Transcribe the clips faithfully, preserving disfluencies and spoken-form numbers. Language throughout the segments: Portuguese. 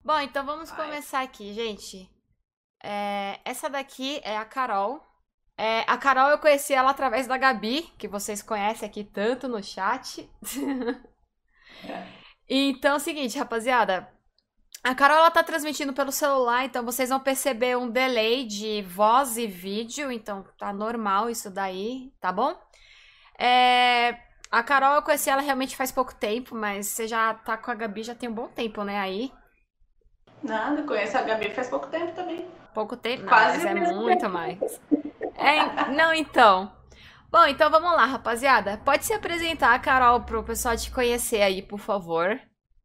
Bom, então vamos Vai. começar aqui, gente. É, essa daqui é a Carol. É, a Carol eu conheci ela através da Gabi, que vocês conhecem aqui tanto no chat. É. Então é o seguinte, rapaziada. A Carol ela tá transmitindo pelo celular, então vocês vão perceber um delay de voz e vídeo, então tá normal isso daí, tá bom? É, a Carol eu conheci ela realmente faz pouco tempo, mas você já tá com a Gabi já tem um bom tempo, né? Aí, Nada, conheço a Gabi faz pouco tempo também. pouco tempo, não, Quase mas o é mesmo muito tempo. mais. É, não, então. Bom, então vamos lá, rapaziada. Pode se apresentar, Carol, pro pessoal te conhecer aí, por favor.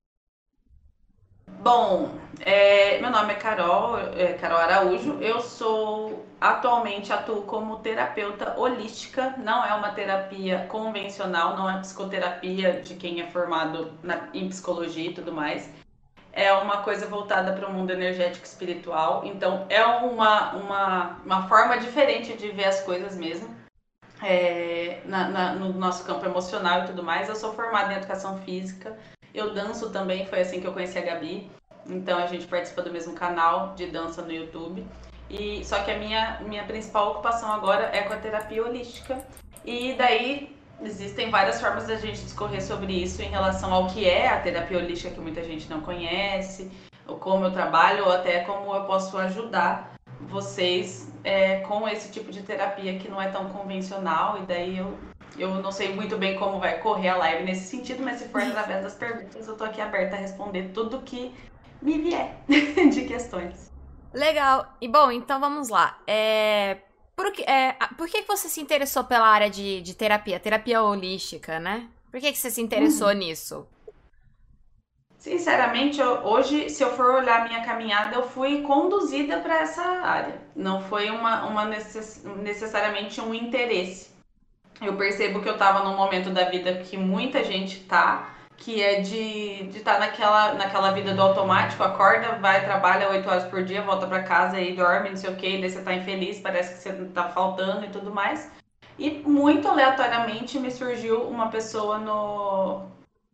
Bom, é, meu nome é Carol, é Carol Araújo. Eu sou atualmente atuo como terapeuta holística. Não é uma terapia convencional, não é psicoterapia de quem é formado na- em psicologia e tudo mais. É uma coisa voltada para o mundo energético e espiritual. Então, é uma, uma, uma forma diferente de ver as coisas mesmo. É, na, na, no nosso campo emocional e tudo mais. Eu sou formada em educação física, eu danço também, foi assim que eu conheci a Gabi. Então a gente participa do mesmo canal de dança no YouTube. E só que a minha, minha principal ocupação agora é com a terapia holística. E daí existem várias formas da gente discorrer sobre isso em relação ao que é a terapia holística que muita gente não conhece, ou como eu trabalho, ou até como eu posso ajudar vocês é, com esse tipo de terapia que não é tão convencional. E daí eu, eu não sei muito bem como vai correr a live nesse sentido, mas se for através das perguntas, eu tô aqui aberta a responder tudo que me vier de questões. Legal. E bom, então vamos lá. É, por que, é, a- por que que você se interessou pela área de, de terapia? Terapia holística, né? Por que que você se interessou Uhum. nisso? Sinceramente, eu, hoje, se eu for olhar a minha caminhada, eu fui conduzida para essa área. Não foi uma, uma necess, necessariamente um interesse. Eu percebo que eu estava num momento da vida que muita gente tá, que é de de estar tá naquela, naquela vida do automático, acorda, vai, trabalha oito horas por dia, volta para casa e dorme, não sei o que, daí você tá infeliz, parece que você tá faltando e tudo mais. E muito aleatoriamente me surgiu uma pessoa no,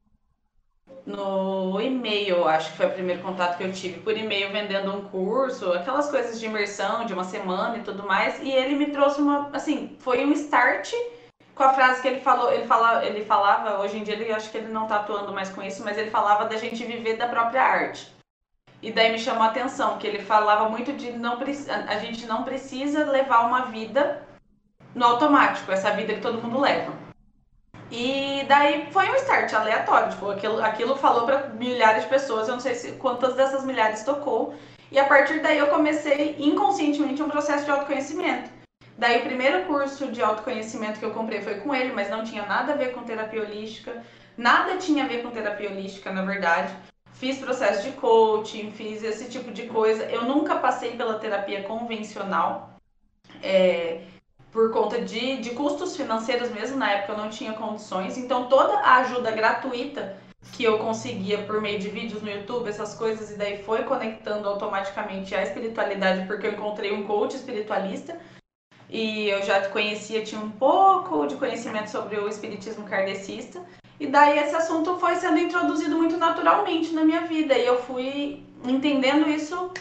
no e-mail, acho que foi o primeiro contato que eu tive por e-mail vendendo um curso, aquelas coisas de imersão de uma semana e tudo mais, e ele me trouxe uma, assim, foi um start com a frase que ele falou, ele fala, ele falava, hoje em dia ele acho que ele não tá atuando mais com isso, mas ele falava da gente viver da própria arte. E daí me chamou a atenção que ele falava muito de não a gente não precisa levar uma vida no automático, essa vida que todo mundo leva. E daí foi um start aleatório, tipo, aquilo, aquilo falou para milhares de pessoas, eu não sei se quantas dessas milhares tocou. E a partir daí eu comecei inconscientemente um processo de autoconhecimento. Daí o primeiro curso de autoconhecimento que eu comprei foi com ele, mas não tinha nada a ver com terapia holística, nada tinha a ver com terapia holística, na verdade. Fiz processo de coaching, fiz esse tipo de coisa. Eu nunca passei pela terapia convencional. É, por conta de, de custos financeiros mesmo, na época eu não tinha condições, então toda a ajuda gratuita que eu conseguia por meio de vídeos no YouTube, essas coisas, e daí foi conectando automaticamente à espiritualidade, porque eu encontrei um coach espiritualista, e eu já conhecia, tinha um pouco de conhecimento sobre o espiritismo kardecista, e daí esse assunto foi sendo introduzido muito naturalmente na minha vida, e eu fui entendendo isso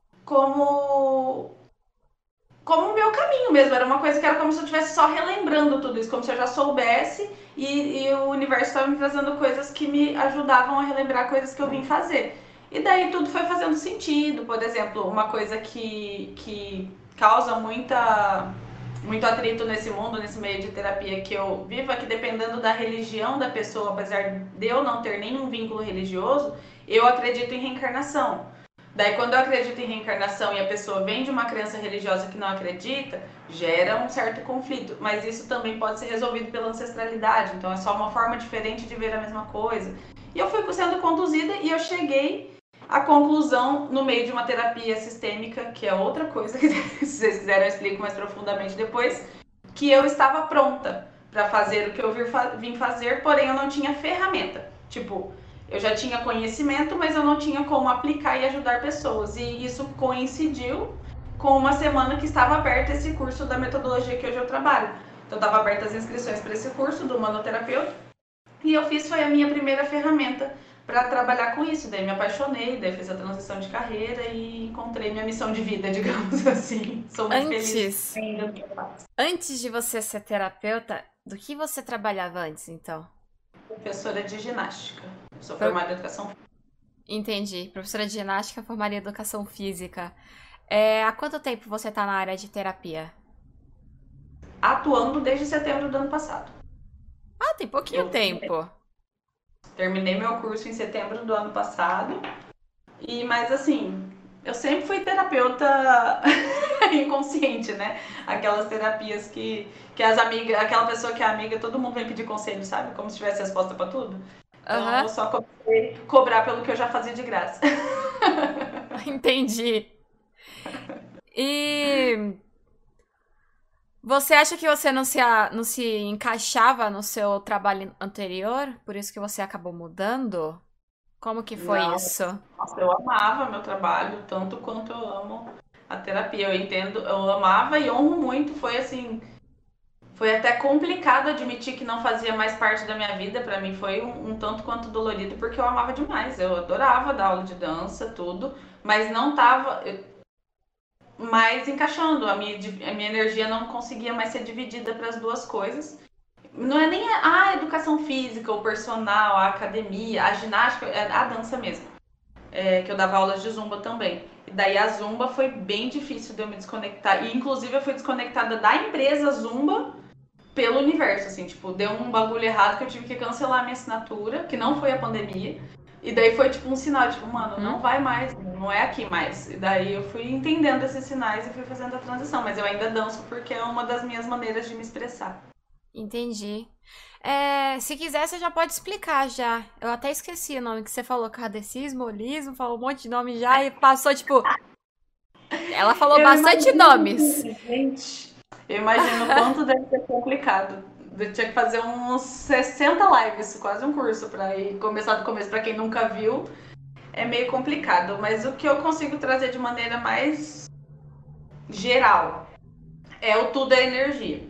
como como o meu caminho mesmo. Era uma coisa que era como se eu estivesse só relembrando tudo isso, como se eu já soubesse e, e o universo estava me trazendo coisas que me ajudavam a relembrar coisas que eu vim fazer. E daí tudo foi fazendo sentido. Por exemplo, uma coisa que, que causa muita, muito atrito nesse mundo, nesse meio de terapia que eu vivo, é que dependendo da religião da pessoa, apesar de eu não ter nenhum vínculo religioso, eu acredito em reencarnação. Daí, quando eu acredito em reencarnação e a pessoa vem de uma crença religiosa que não acredita, gera um certo conflito. Mas isso também pode ser resolvido pela ancestralidade. Então, é só uma forma diferente de ver a mesma coisa. E eu fui sendo conduzida e eu cheguei à conclusão, no meio de uma terapia sistêmica, que é outra coisa, que se vocês quiserem eu explico mais profundamente depois, que eu estava pronta para fazer o que eu vim fazer, porém eu não tinha ferramenta. Tipo, eu já tinha conhecimento, mas eu não tinha como aplicar e ajudar pessoas. E isso coincidiu com uma semana que estava aberto esse curso da metodologia que hoje eu trabalho. Então, estava abertas as inscrições para esse curso do manoterapeuta. E eu fiz, foi a minha primeira ferramenta para trabalhar com isso. Daí me apaixonei, daí fiz a transição de carreira e encontrei minha missão de vida, digamos assim. Sou muito feliz Antes, ainda no que eu faço. antes de você ser terapeuta, do que você trabalhava antes, então? Professora de ginástica. Eu sou Pro- formada em educação física. Entendi. Professora de ginástica, formaria em educação física. É, há quanto tempo você tá na área de terapia? Atuando desde setembro do ano passado. Ah, tem pouquinho Eu tempo. terminei meu curso em setembro do ano passado. E, mas assim, eu sempre fui terapeuta inconsciente, né? Aquelas terapias que, que as amigas, aquela pessoa que é amiga, todo mundo vem pedir conselho, sabe? Como se tivesse resposta pra tudo. Então Aham, eu só comecei a cobrar pelo que eu já fazia de graça. entendi. E você acha que você não se, a- não se encaixava no seu trabalho anterior? Por isso que você acabou mudando? Como que foi Não, isso? nossa, eu amava meu trabalho, tanto quanto eu amo a terapia. Eu entendo, eu amava e honro muito. Foi assim, foi até complicado admitir que não fazia mais parte da minha vida. Pra mim foi um, um tanto quanto dolorido, porque eu amava demais. Eu adorava dar aula de dança, tudo, mas não tava eu- mais encaixando. A minha, di- a minha energia não conseguia mais ser dividida para as duas coisas. Não é nem a, a educação física, o personal, a academia, a ginástica, é a dança mesmo. É, que eu dava aulas de zumba também. E daí a zumba foi bem difícil de eu me desconectar. E inclusive eu fui desconectada da empresa Zumba pelo universo, assim, tipo, deu um bagulho errado que eu tive que cancelar a minha assinatura, que não foi a pandemia. E daí foi tipo um sinal, tipo, mano, Uhum, não vai mais, não é aqui mais. E daí eu fui entendendo esses sinais e fui fazendo a transição, mas eu ainda danço porque é uma das minhas maneiras de me expressar. entendi. É, se quiser, você já pode explicar já. Eu até esqueci o nome que você falou, kardecismo, holismo, falou um monte de nome já e passou, tipo, ela falou Eu bastante imagino, nomes. gente, eu imagino o quanto deve ser complicado. Eu tinha que fazer uns sessenta lives, quase um curso, para ir começar do começo. Para quem nunca viu, é meio complicado, mas o que eu consigo trazer de maneira mais geral é o tudo é energia.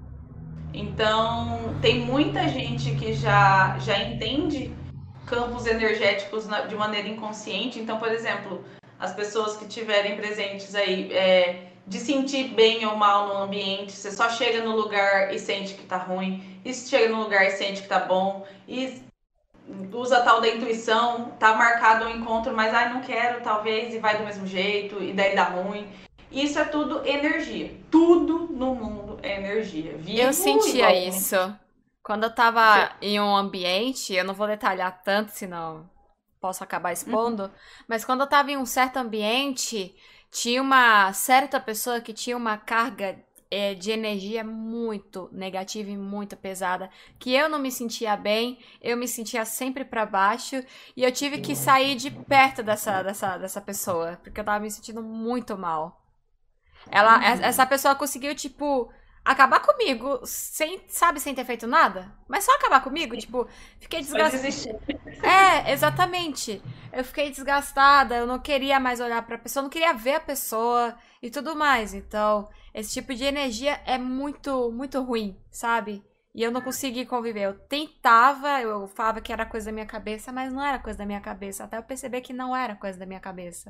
Então, tem muita gente que já, já entende campos energéticos na- de maneira inconsciente. Então, por exemplo, as pessoas que tiverem presentes aí, é, de sentir bem ou mal no ambiente, você só chega no lugar e sente que tá ruim, e chega no lugar e sente que tá bom, e usa a tal da intuição, tá marcado um encontro, mas ai, não quero, talvez, e vai do mesmo jeito, e daí dá ruim. Isso é tudo energia. Tudo no mundo é energia. Eu Vivo sentia igual. isso. Quando eu tava em um ambiente, eu não vou detalhar tanto, senão posso acabar expondo, mas quando eu tava em um certo ambiente, tinha uma certa pessoa que tinha uma carga é, de energia muito negativa e muito pesada, que eu não me sentia bem, eu me sentia sempre pra baixo, e eu tive que sair de perto dessa, dessa, dessa pessoa, porque eu tava me sentindo muito mal. Ela, e- essa pessoa conseguiu, tipo, acabar comigo, sem, sabe, sem ter feito nada, mas só acabar comigo, tipo, fiquei Foi desgastada. desistir. É, exatamente. Eu fiquei desgastada, eu não queria mais olhar pra pessoa, eu não queria ver a pessoa e tudo mais. Então, esse tipo de energia é muito, muito ruim, sabe? E eu não consegui conviver. Eu tentava, eu falava que era coisa da minha cabeça, mas não era coisa da minha cabeça. Até eu perceber que não era coisa da minha cabeça.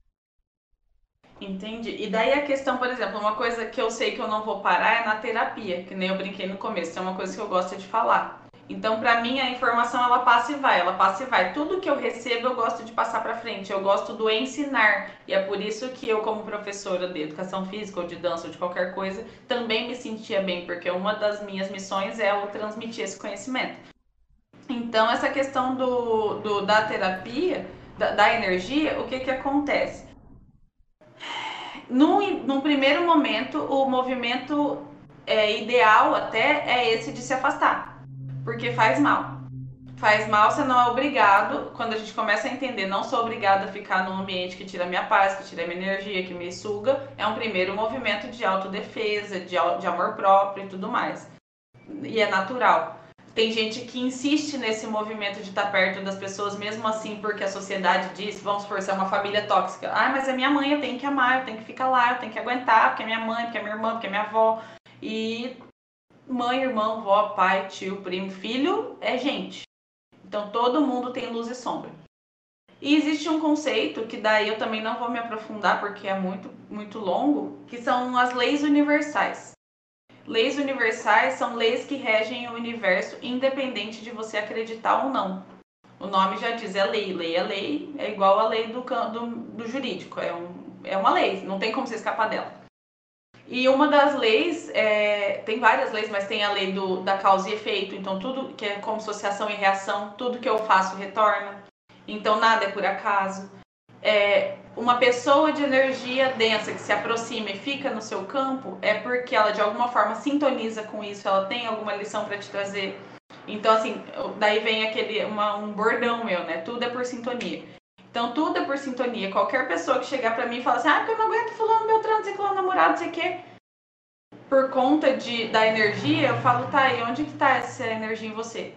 Entendi. E daí a questão, por exemplo, uma coisa que eu sei que eu não vou parar é na terapia, que nem eu brinquei no começo, é uma coisa que eu gosto de falar. Então, pra mim, a informação ela passa e vai, ela passa e vai. Tudo que eu recebo eu gosto de passar pra frente, eu gosto do ensinar. E é por isso que eu, como professora de educação física ou de dança ou de qualquer coisa, também me sentia bem, porque uma das minhas missões é eu transmitir esse conhecimento. Então, essa questão do, do da terapia, da, da energia, o que que acontece? Num, num primeiro momento, o movimento é, ideal até é esse de se afastar, porque faz mal. Faz mal, você não é obrigado. Quando a gente começa a entender, não sou obrigado a ficar num ambiente que tira minha paz, que tira minha energia, que me suga. É um primeiro movimento de autodefesa, de, de amor próprio e tudo mais. E é natural. Tem gente que insiste nesse movimento de estar perto das pessoas, mesmo assim, porque a sociedade diz, vamos supor, se é uma família tóxica. Ah, mas é minha mãe, eu tenho que amar, eu tenho que ficar lá, eu tenho que aguentar, porque é minha mãe, porque é minha irmã, porque é minha avó. E mãe, irmão, vó, pai, tio, primo, filho é gente. Então todo mundo tem luz e sombra. E existe um conceito que daí eu também não vou me aprofundar porque é muito, muito longo, que são as leis universais. Leis universais são leis que regem o universo independente de você acreditar ou não. O nome já diz, é lei. Lei é lei, é igual a lei do, do, do jurídico. É, um, é uma lei, não tem como você escapar dela. E uma das leis, é, tem várias leis, mas tem a lei do, da causa e efeito. Então tudo que é como associação e reação, tudo que eu faço retorna. Então nada é por acaso. É, uma pessoa de energia densa que se aproxima e fica no seu campo é porque ela de alguma forma sintoniza com isso, ela tem alguma lição para te trazer. Então assim, daí vem aquele uma, um bordão meu, né? Tudo é por sintonia. Então tudo é por sintonia. Qualquer pessoa que chegar para mim e falar assim, ah, que eu não aguento fulano, Beltrano, ciclano, namorado, não sei o quê. Por conta de, da energia, eu falo, tá, e onde que tá essa energia em você?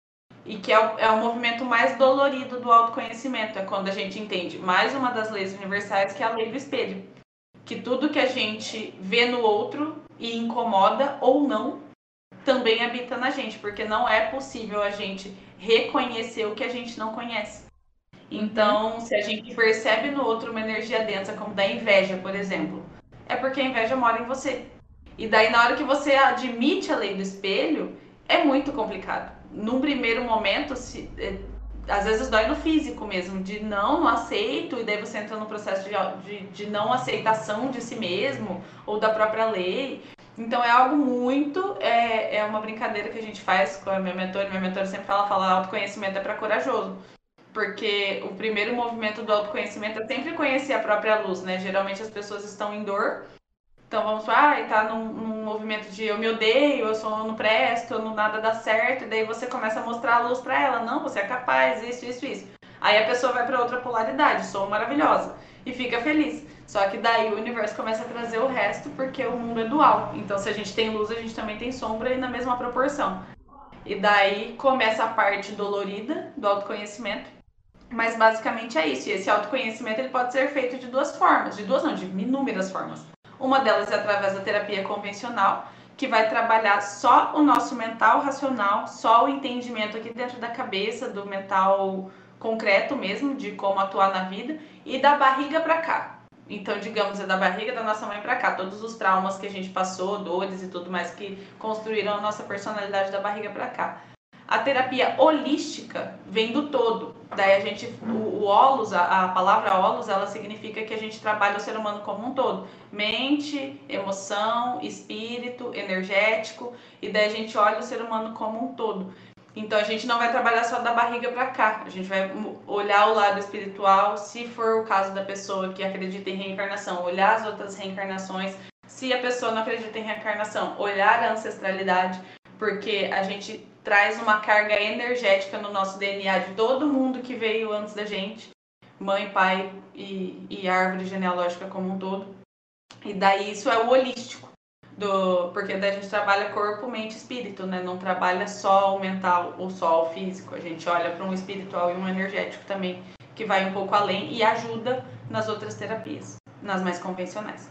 E que é o, é o movimento mais dolorido do autoconhecimento, é quando a gente entende mais uma das leis universais, que é a lei do espelho. Que tudo que a gente vê no outro e incomoda ou não, também habita na gente, porque não é possível a gente reconhecer o que a gente não conhece. Então, uhum. Se a gente percebe no outro uma energia densa, como da inveja, por exemplo, é porque a inveja mora em você. E daí, na hora que você admite a lei do espelho, é muito complicado. Num primeiro momento, se, é, às vezes dói no físico mesmo, de não, não aceito, e daí você entra no processo de, de, de não aceitação de si mesmo, ou da própria lei. Então é algo muito, é, é uma brincadeira que a gente faz com a minha mentora, minha mentora sempre fala, fala, autoconhecimento é para corajoso. Porque o primeiro movimento do autoconhecimento é sempre conhecer a própria luz, né? Geralmente as pessoas estão em dor. Então vamos falar, ah, tá num, num movimento de eu me odeio, eu sou, eu não presto, eu não nada dá certo, e daí você começa a mostrar a luz pra ela, não, você é capaz, isso, isso, isso. Aí a pessoa vai pra outra polaridade, sou maravilhosa, e fica feliz. Só que daí o universo começa a trazer o resto, porque o mundo é dual. Então se a gente tem luz, a gente também tem sombra e na mesma proporção. E daí começa a parte dolorida do autoconhecimento, mas basicamente é isso. E esse autoconhecimento ele pode ser feito de duas formas, de duas não, de inúmeras formas. Uma delas é através da terapia convencional, que vai trabalhar só o nosso mental racional, só o entendimento aqui dentro da cabeça, do mental concreto mesmo, de como atuar na vida, e da barriga para cá. Então, digamos, é da barriga da nossa mãe para cá, todos os traumas que a gente passou, dores e tudo mais que construíram a nossa personalidade da barriga para cá. A terapia holística vem do todo. Daí a gente, o, o holos, a, a palavra holos, ela significa que a gente trabalha o ser humano como um todo. Mente, emoção, espírito, energético. E daí a gente olha o ser humano como um todo. Então a gente não vai trabalhar só da barriga para cá. A gente vai olhar o lado espiritual, se for o caso da pessoa que acredita em reencarnação, olhar as outras reencarnações. Se a pessoa não acredita em reencarnação, olhar a ancestralidade. Porque a gente traz uma carga energética no nosso D N A de todo mundo que veio antes da gente, mãe, pai e, e árvore genealógica como um todo. E daí isso é o holístico, do, porque daí a gente trabalha corpo, mente e espírito, né? Não trabalha só o mental ou só o físico, a gente olha para um espiritual e um energético também, que vai um pouco além e ajuda nas outras terapias, nas mais convencionais.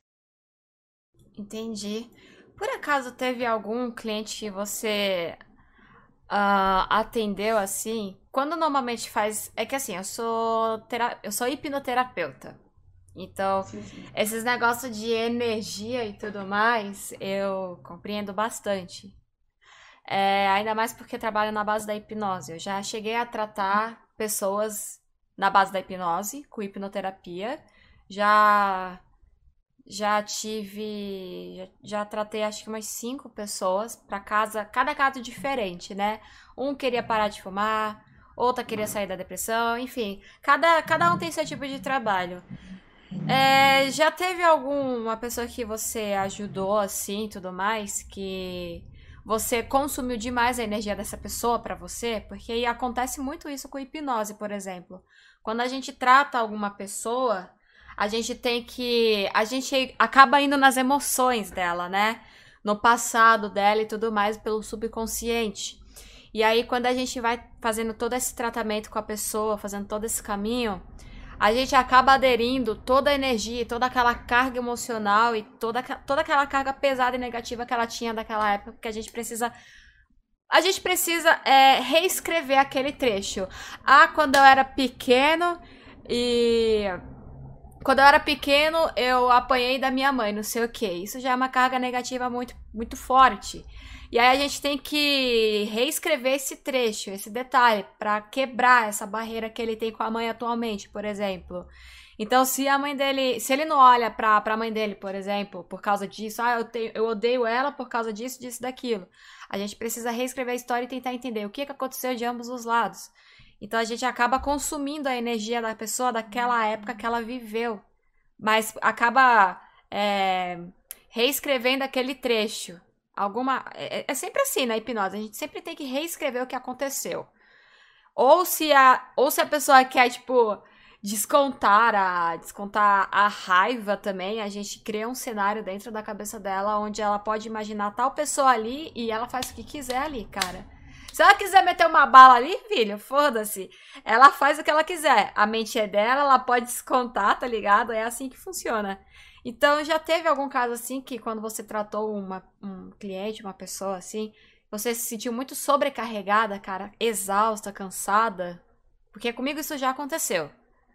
Entendi. Por acaso teve algum cliente que você uh, atendeu assim? Quando normalmente faz. É que assim, eu sou, tera... eu sou hipnoterapeuta. Então, sim, sim. Esses negócios de energia e tudo mais, eu compreendo bastante. É, ainda mais porque trabalho na base da hipnose. Eu já cheguei a tratar pessoas na base da hipnose, com hipnoterapia. Já. Já tive, já, já tratei acho que umas cinco pessoas para casa, cada caso diferente, né? Um queria parar de fumar, outra queria sair da depressão, enfim, cada, cada um tem seu tipo de trabalho. É, já teve alguma pessoa que você ajudou assim, tudo mais, que você consumiu demais a energia dessa pessoa para você? Porque acontece muito isso com hipnose, por exemplo. Quando a gente trata alguma pessoa, a gente tem que... A gente acaba indo nas emoções dela, né? No passado dela e tudo mais, pelo subconsciente. E aí, quando a gente vai fazendo todo esse tratamento com a pessoa, fazendo todo esse caminho, a gente acaba aderindo toda a energia, toda aquela carga emocional e toda, toda aquela carga pesada e negativa que ela tinha daquela época, que a gente precisa A gente precisa é, reescrever aquele trecho. Ah, quando eu era pequeno e... Quando eu era pequeno, eu apanhei da minha mãe, não sei o que. Isso já é uma carga negativa muito, muito forte. E aí a gente tem que reescrever esse trecho, esse detalhe, para quebrar essa barreira que ele tem com a mãe atualmente, por exemplo. Então, se a mãe dele, se ele não olha pra, pra mãe dele, por exemplo, por causa disso, ah, eu, tenho, eu odeio ela por causa disso, disso, daquilo. A gente precisa reescrever a história e tentar entender o que, que aconteceu de ambos os lados. Então a gente acaba consumindo a energia da pessoa daquela época que ela viveu. Mas acaba é, reescrevendo aquele trecho. Alguma. É, é sempre assim na hipnose. A gente sempre tem que reescrever o que aconteceu. Ou se a, ou se a pessoa quer, tipo, descontar a, descontar a raiva também, a gente cria um cenário dentro da cabeça dela onde ela pode imaginar tal pessoa ali e ela faz o que quiser ali, cara. Se ela quiser meter uma bala ali, filho, foda-se. Ela faz o que ela quiser. A mente é dela, ela pode descontar, tá ligado? É assim que funciona. Então, já teve algum caso assim que quando você tratou uma, um cliente, uma pessoa assim, você se sentiu muito sobrecarregada, cara, exausta, cansada? Porque comigo isso já aconteceu.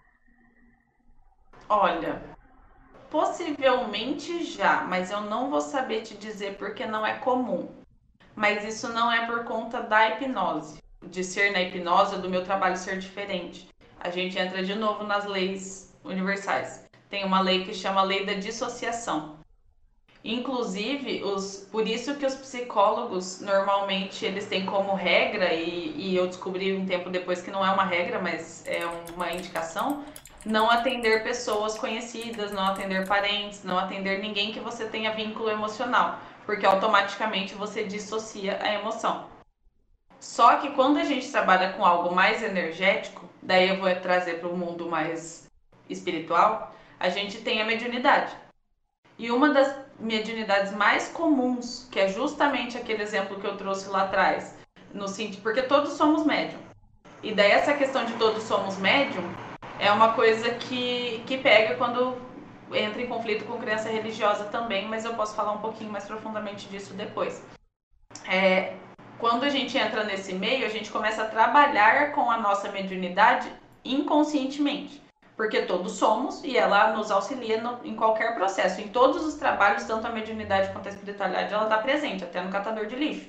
Olha, possivelmente já, mas eu não vou saber te dizer porque não é comum. Mas isso não é por conta da hipnose, de ser na hipnose ou do meu trabalho ser diferente. A gente entra de novo nas leis universais. Tem uma lei que chama Lei da Dissociação. Inclusive, os, por isso que os psicólogos, normalmente, eles têm como regra, e, e eu descobri um tempo depois que não é uma regra, mas é uma indicação, não atender pessoas conhecidas, não atender parentes, não atender ninguém que você tenha vínculo emocional, porque automaticamente você dissocia a emoção. Só que quando a gente trabalha com algo mais energético, daí eu vou trazer para o mundo mais espiritual, a gente tem a mediunidade. E uma das mediunidades mais comuns, que é justamente aquele exemplo que eu trouxe lá atrás, no sentido, porque todos somos médium. E daí essa questão de todos somos médium é uma coisa que, que pega quando entra em conflito com crença religiosa também, mas eu posso falar um pouquinho mais profundamente disso depois. É, quando a gente entra nesse meio, a gente começa a trabalhar com a nossa mediunidade inconscientemente. Porque todos somos e ela nos auxilia no, em qualquer processo. Em todos os trabalhos, tanto a mediunidade quanto a espiritualidade, ela está presente, até no catador de lixo.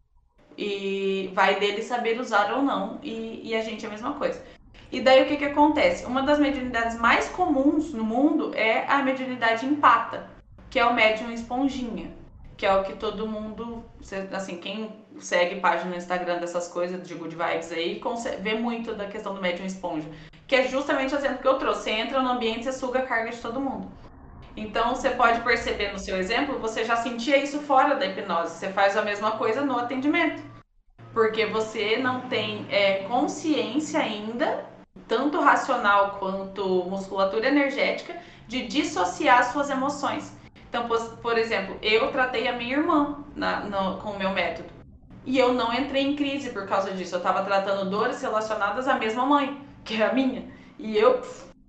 E vai dele saber usar ou não, e, e a gente é a mesma coisa. E daí o que, que acontece? Uma das mediunidades mais comuns no mundo é a mediunidade empata, que é o médium esponjinha, que é o que todo mundo, assim, quem segue página no Instagram dessas coisas de good vibes aí, vê muito da questão do médium esponja. Que é justamente o exemplo que eu trouxe. Você entra no ambiente e suga a carga de todo mundo. Então, você pode perceber no seu exemplo, você já sentia isso fora da hipnose. Você faz a mesma coisa no atendimento. Porque você não tem é, consciência ainda, tanto racional quanto musculatura energética, de dissociar suas emoções. Então, por exemplo, eu tratei a minha irmã na, no, com o meu método. E eu não entrei em crise por causa disso. Eu estava tratando dores relacionadas à mesma mãe, que é a minha. E eu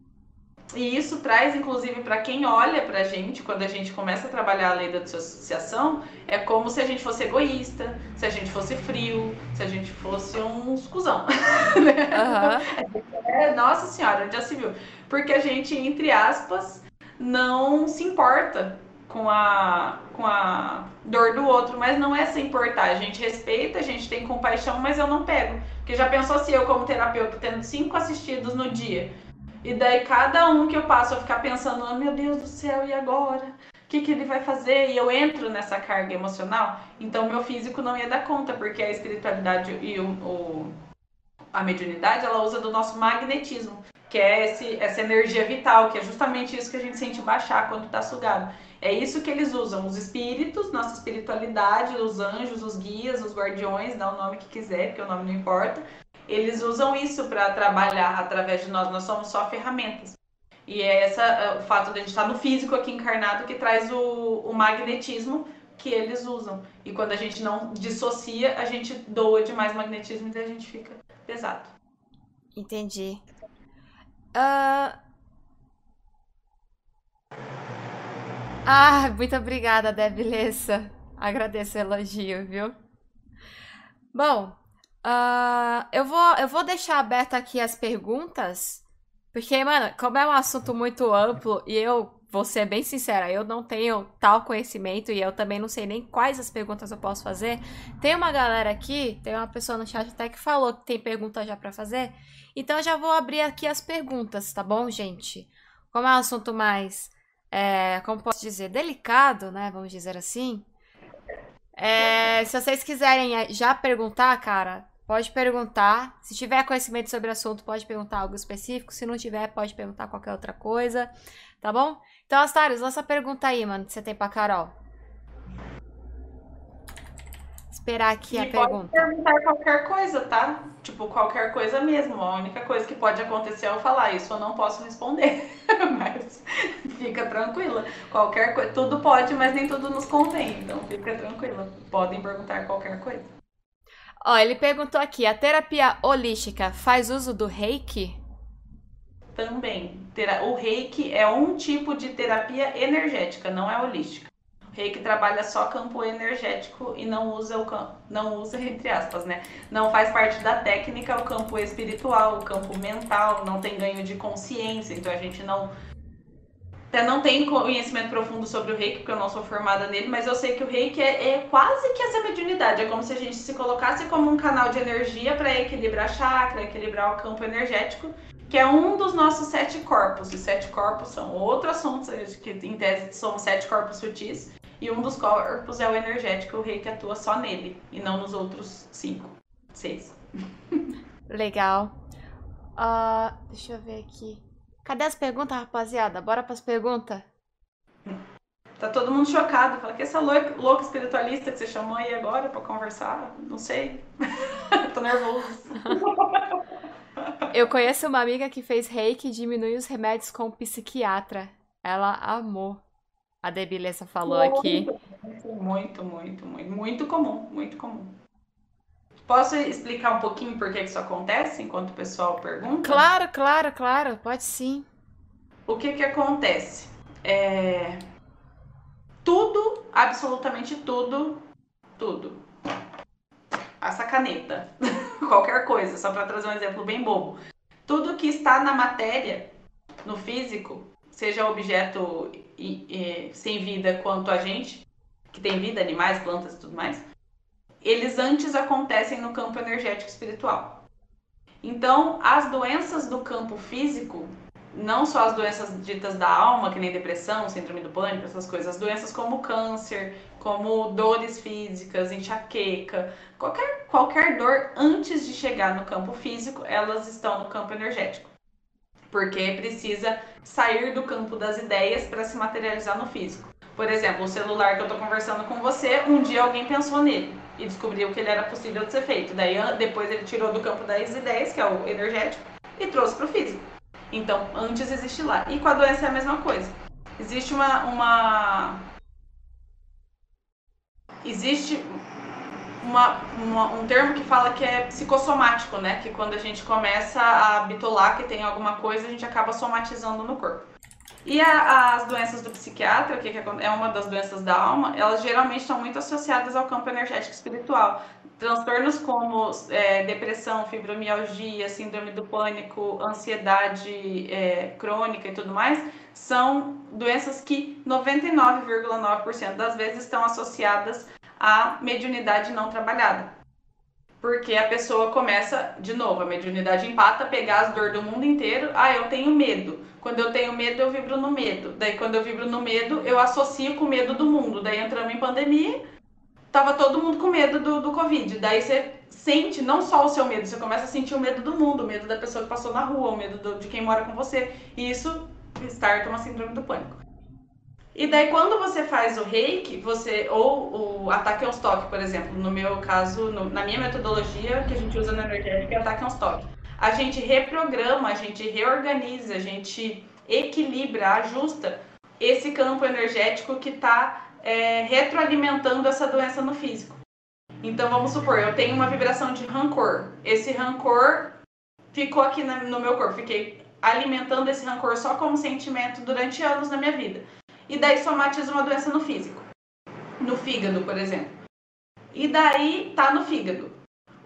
e isso traz, inclusive, para quem olha pra gente, quando a gente começa a trabalhar a lei da dissociação, é como se a gente fosse egoísta, se a gente fosse frio, se a gente fosse uns cuzão. Uhum. É, nossa senhora, já se viu. Porque a gente, entre aspas, não se importa com a, com a dor do outro, mas não é se importar. A gente respeita, a gente tem compaixão, mas eu não pego. Porque já pensou se eu, como terapeuta, tendo cinco assistidos no dia, e daí cada um que eu passo eu ficar pensando, oh, meu Deus do céu, e agora? O que, que ele vai fazer? E eu entro nessa carga emocional, então meu físico não ia dar conta, porque a espiritualidade e o, o, a mediunidade, ela usa do nosso magnetismo, que é esse, essa energia vital, que é justamente isso que a gente sente baixar quando tá sugado. É isso que eles usam, os espíritos, nossa espiritualidade, os anjos, os guias, os guardiões, dá o nome que quiser, porque o nome não importa. Eles usam isso para trabalhar através de nós, nós somos só ferramentas. E é essa, o fato de a gente estar no físico aqui encarnado que traz o, o magnetismo que eles usam. E quando a gente não dissocia, a gente doa demais magnetismo e a gente fica pesado. Entendi. Uh... Ah, muito obrigada, Débora Lessa. Agradeço o elogio, viu? Bom, ah, eu vou, eu vou deixar aberto aqui as perguntas, porque, mano, como é um assunto muito amplo e eu vou ser bem sincera, eu não tenho tal conhecimento e eu também não sei nem quais as perguntas eu posso fazer. Tem uma galera aqui, tem uma pessoa no chat até que falou que tem pergunta já pra fazer, então eu já vou abrir aqui as perguntas, tá bom, gente? Como é um assunto mais, é, como posso dizer, delicado, né? Vamos dizer assim. É, se vocês quiserem é, já perguntar, cara, pode perguntar. Se tiver conhecimento sobre o assunto, pode perguntar algo específico. Se não tiver, pode perguntar qualquer outra coisa, tá bom? Então, Astarius, lança a pergunta aí, mano, que você tem pra Carol. Esperar aqui a E pode pergunta. perguntar qualquer coisa, tá? Tipo, qualquer coisa mesmo. A única coisa que pode acontecer é eu falar isso, eu não posso responder. Mas fica tranquila. Qualquer coisa, tudo pode, mas nem tudo nos convém. Então fica tranquila. Podem perguntar qualquer coisa. Ó, ele perguntou aqui: a terapia holística faz uso do reiki? Também. O reiki é um tipo de terapia energética, não é holística. O reiki trabalha só campo energético e não usa o campo, não usa entre aspas, né? Não faz parte da técnica o campo espiritual, o campo mental, não tem ganho de consciência, então a gente não até não tenho conhecimento profundo sobre o reiki, porque eu não sou formada nele, mas eu sei que o reiki é, é quase que essa mediunidade. É como se a gente se colocasse como um canal de energia para equilibrar chakra, equilibrar o campo energético, que é um dos nossos sete corpos. E sete corpos são outro assunto, que em tese são sete corpos sutis, e um dos corpos é o energético, o reiki atua só nele, e não nos outros cinco, seis. Legal. Uh, deixa eu ver aqui. Cadê as perguntas, rapaziada? Bora pras perguntas? Tá todo mundo chocado. Fala que essa louca, louca espiritualista que você chamou aí agora pra conversar, não sei. Tô nervoso. Eu conheço uma amiga que fez reiki e diminui os remédios com o psiquiatra. Ela amou. A Debilessa falou aqui. Muito, muito, muito, muito, muito comum, muito comum. Posso explicar um pouquinho por que isso acontece enquanto o pessoal pergunta? Claro, claro, claro, pode sim. O que que acontece? É... Tudo, absolutamente tudo, tudo. Essa caneta, qualquer coisa, só para trazer um exemplo bem bobo. Tudo que está na matéria, no físico, seja objeto e, e, sem vida quanto a gente, que tem vida, animais, plantas e tudo mais, eles antes acontecem no campo energético espiritual. Então, as doenças do campo físico, não só as doenças ditas da alma, que nem depressão, síndrome do pânico, essas coisas, as doenças como câncer, como dores físicas, enxaqueca, qualquer, qualquer dor antes de chegar no campo físico, elas estão no campo energético. Porque precisa sair do campo das ideias para se materializar no físico. Por exemplo, o celular que eu estou conversando com você, um dia alguém pensou nele e descobriu que ele era possível de ser feito. Daí depois ele tirou do campo das ideias, que é o energético, e trouxe para o físico. Então, antes existe lá. E com a doença é a mesma coisa. Existe uma... uma... Existe uma, uma, um termo que fala que é psicossomático, né? Que quando a gente começa a bitolar que tem alguma coisa, a gente acaba somatizando no corpo. E a, as doenças do psiquiatra, que é uma das doenças da alma, elas geralmente estão muito associadas ao campo energético espiritual. Transtornos como é, depressão, fibromialgia, síndrome do pânico, ansiedade é, crônica e tudo mais, são doenças que noventa e nove vírgula nove por cento das vezes estão associadas à mediunidade não trabalhada. Porque a pessoa começa, de novo, a mediunidade empata, pegar as dores do mundo inteiro. Ah, eu tenho medo. Quando eu tenho medo, eu vibro no medo. Daí, quando eu vibro no medo, eu associo com o medo do mundo. Daí, entramos em pandemia, tava todo mundo com medo do, do Covid. Daí, você sente não só o seu medo, você começa a sentir o medo do mundo, o medo da pessoa que passou na rua, o medo do, de quem mora com você. E isso starta uma síndrome do pânico. E daí, quando você faz o reiki, você, ou o ataque aos toques, por exemplo, no meu caso, no, na minha metodologia, que a gente usa no energético, é ataque aos toques. A gente reprograma, a gente reorganiza, a gente equilibra, ajusta esse campo energético que está é, retroalimentando essa doença no físico. Então, vamos supor, eu tenho uma vibração de rancor. Esse rancor ficou aqui na, no meu corpo. Fiquei alimentando esse rancor só como sentimento durante anos na minha vida. E daí somatiza uma doença no físico. No fígado, por exemplo. E daí tá no fígado.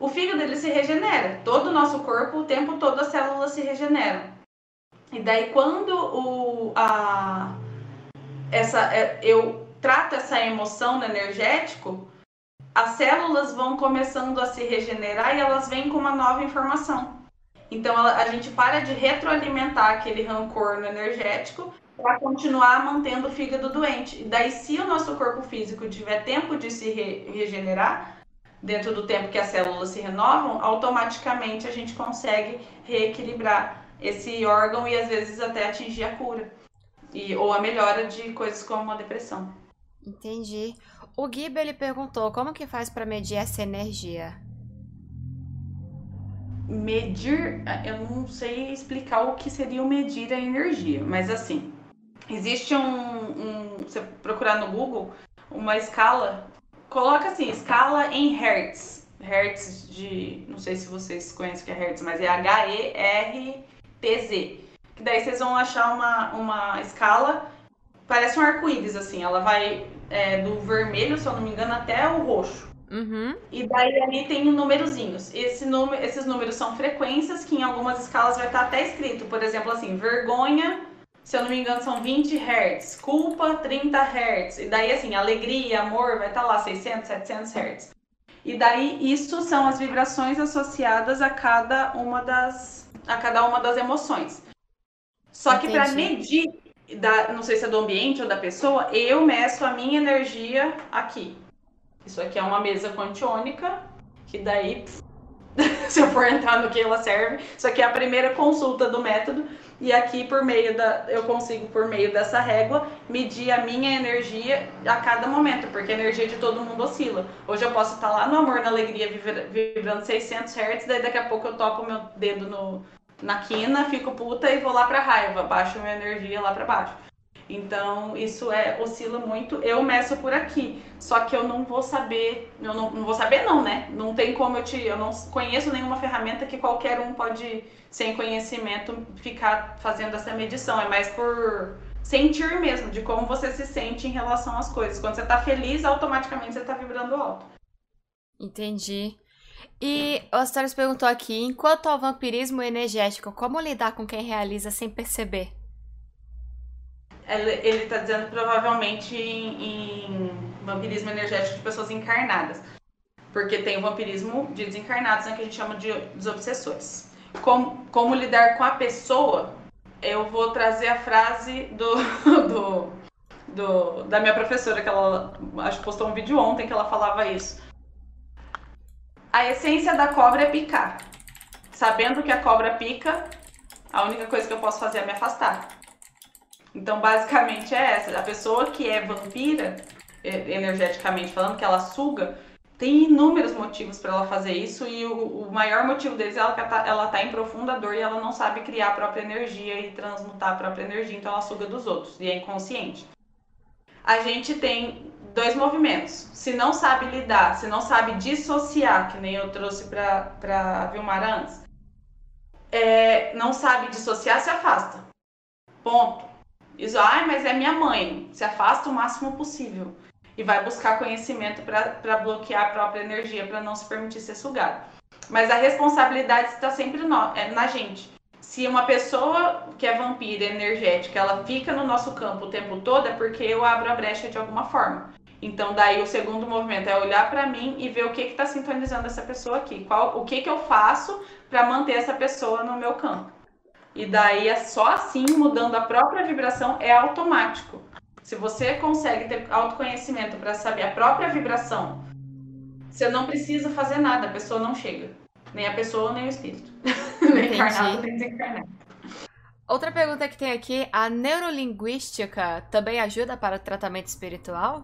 O fígado ele se regenera. Todo o nosso corpo, o tempo todo, as células se regeneram. E daí quando o, a, essa, eu trato essa emoção no energético, as células vão começando a se regenerar e elas vêm com uma nova informação. Então a gente para de retroalimentar aquele rancor no energético para continuar mantendo o fígado doente. E daí, se o nosso corpo físico tiver tempo de se re regenerar, dentro do tempo que as células se renovam, automaticamente a gente consegue reequilibrar esse órgão e às vezes até atingir a cura. E, ou a melhora de coisas como a depressão. Entendi. O Giba, ele perguntou, como que faz para medir essa energia? Medir, eu não sei explicar o que seria o medir a energia, mas assim, existe um, um você procurar no Google, uma escala, coloca assim, escala em Hertz, Hertz de, não sei se vocês conhecem o que é Hertz, mas é H E R T Z, que daí vocês vão achar uma, uma escala, parece um arco-íris assim, ela vai é, do vermelho, se eu não me engano, até o roxo. Uhum. E daí ali tem numerozinhos. Esse número, esses números são frequências que em algumas escalas vai estar até escrito. Por exemplo, assim, vergonha, se eu não me engano, são vinte hertz. Culpa, trinta hertz. E daí, assim, alegria, amor, vai estar lá seiscentos, setecentos hertz. E daí, isso são as vibrações associadas a cada uma das, a cada uma das emoções. Só que para medir, da, não sei se é do ambiente ou da pessoa, eu meço a minha energia aqui. Isso aqui é uma mesa quantiônica, que daí, se eu for entrar no que ela serve, isso aqui é a primeira consulta do método, e aqui por meio da, eu consigo, por meio dessa régua, medir a minha energia a cada momento, porque a energia de todo mundo oscila. Hoje eu posso estar lá no amor, na alegria, vibrando seiscentos hertz, daí daqui a pouco eu topo meu dedo no, na quina, fico puta e vou lá pra raiva, baixo minha energia lá pra baixo. Então, isso é, oscila muito. Eu meço por aqui, só que eu não vou saber, eu não, não vou saber não, né? Não tem como eu te, eu não conheço nenhuma ferramenta que qualquer um pode, sem conhecimento, ficar fazendo essa medição. É mais por sentir mesmo, de como você se sente em relação às coisas. Quando você tá feliz, automaticamente você tá vibrando alto. Entendi. E o Astores perguntou aqui, enquanto ao vampirismo energético, como lidar com quem realiza sem perceber? Ele está dizendo provavelmente em, em vampirismo energético de pessoas encarnadas. Porque tem o vampirismo de desencarnados, né, que a gente chama de desobsessores. Como, como lidar com a pessoa, eu vou trazer a frase do, do, do, da minha professora, que ela acho que postou um vídeo ontem que ela falava isso. A essência da cobra é picar. Sabendo que a cobra pica, a única coisa que eu posso fazer é me afastar. Então, basicamente é essa. A pessoa que é vampira, energeticamente falando, que ela suga, tem inúmeros motivos para ela fazer isso e o, o maior motivo deles é ela tá, ela tá em profunda dor e ela não sabe criar a própria energia e transmutar a própria energia, então ela suga dos outros e é inconsciente. A gente tem dois movimentos. Se não sabe lidar, se não sabe dissociar, que nem eu trouxe para a Vilmara antes, é, não sabe dissociar, se afasta. Ponto. Isso, ai, mas é minha mãe. Se afasta o máximo possível. E vai buscar conhecimento para bloquear a própria energia, para não se permitir ser sugado. Mas a responsabilidade está sempre no, é, na gente. Se uma pessoa que é vampira energética, ela fica no nosso campo o tempo todo, é porque eu abro a brecha de alguma forma. Então, daí o segundo movimento é olhar para mim e ver o que está sintonizando essa pessoa aqui. Qual, o que, que eu faço para manter essa pessoa no meu campo. E daí é só assim, mudando a própria vibração, é automático. Se você consegue ter autoconhecimento para saber a própria vibração, você não precisa fazer nada, a pessoa não chega. Nem a pessoa, nem o espírito. Nem encarnado, nem desencarnado. Outra pergunta que tem aqui, a neurolinguística também ajuda para o tratamento espiritual?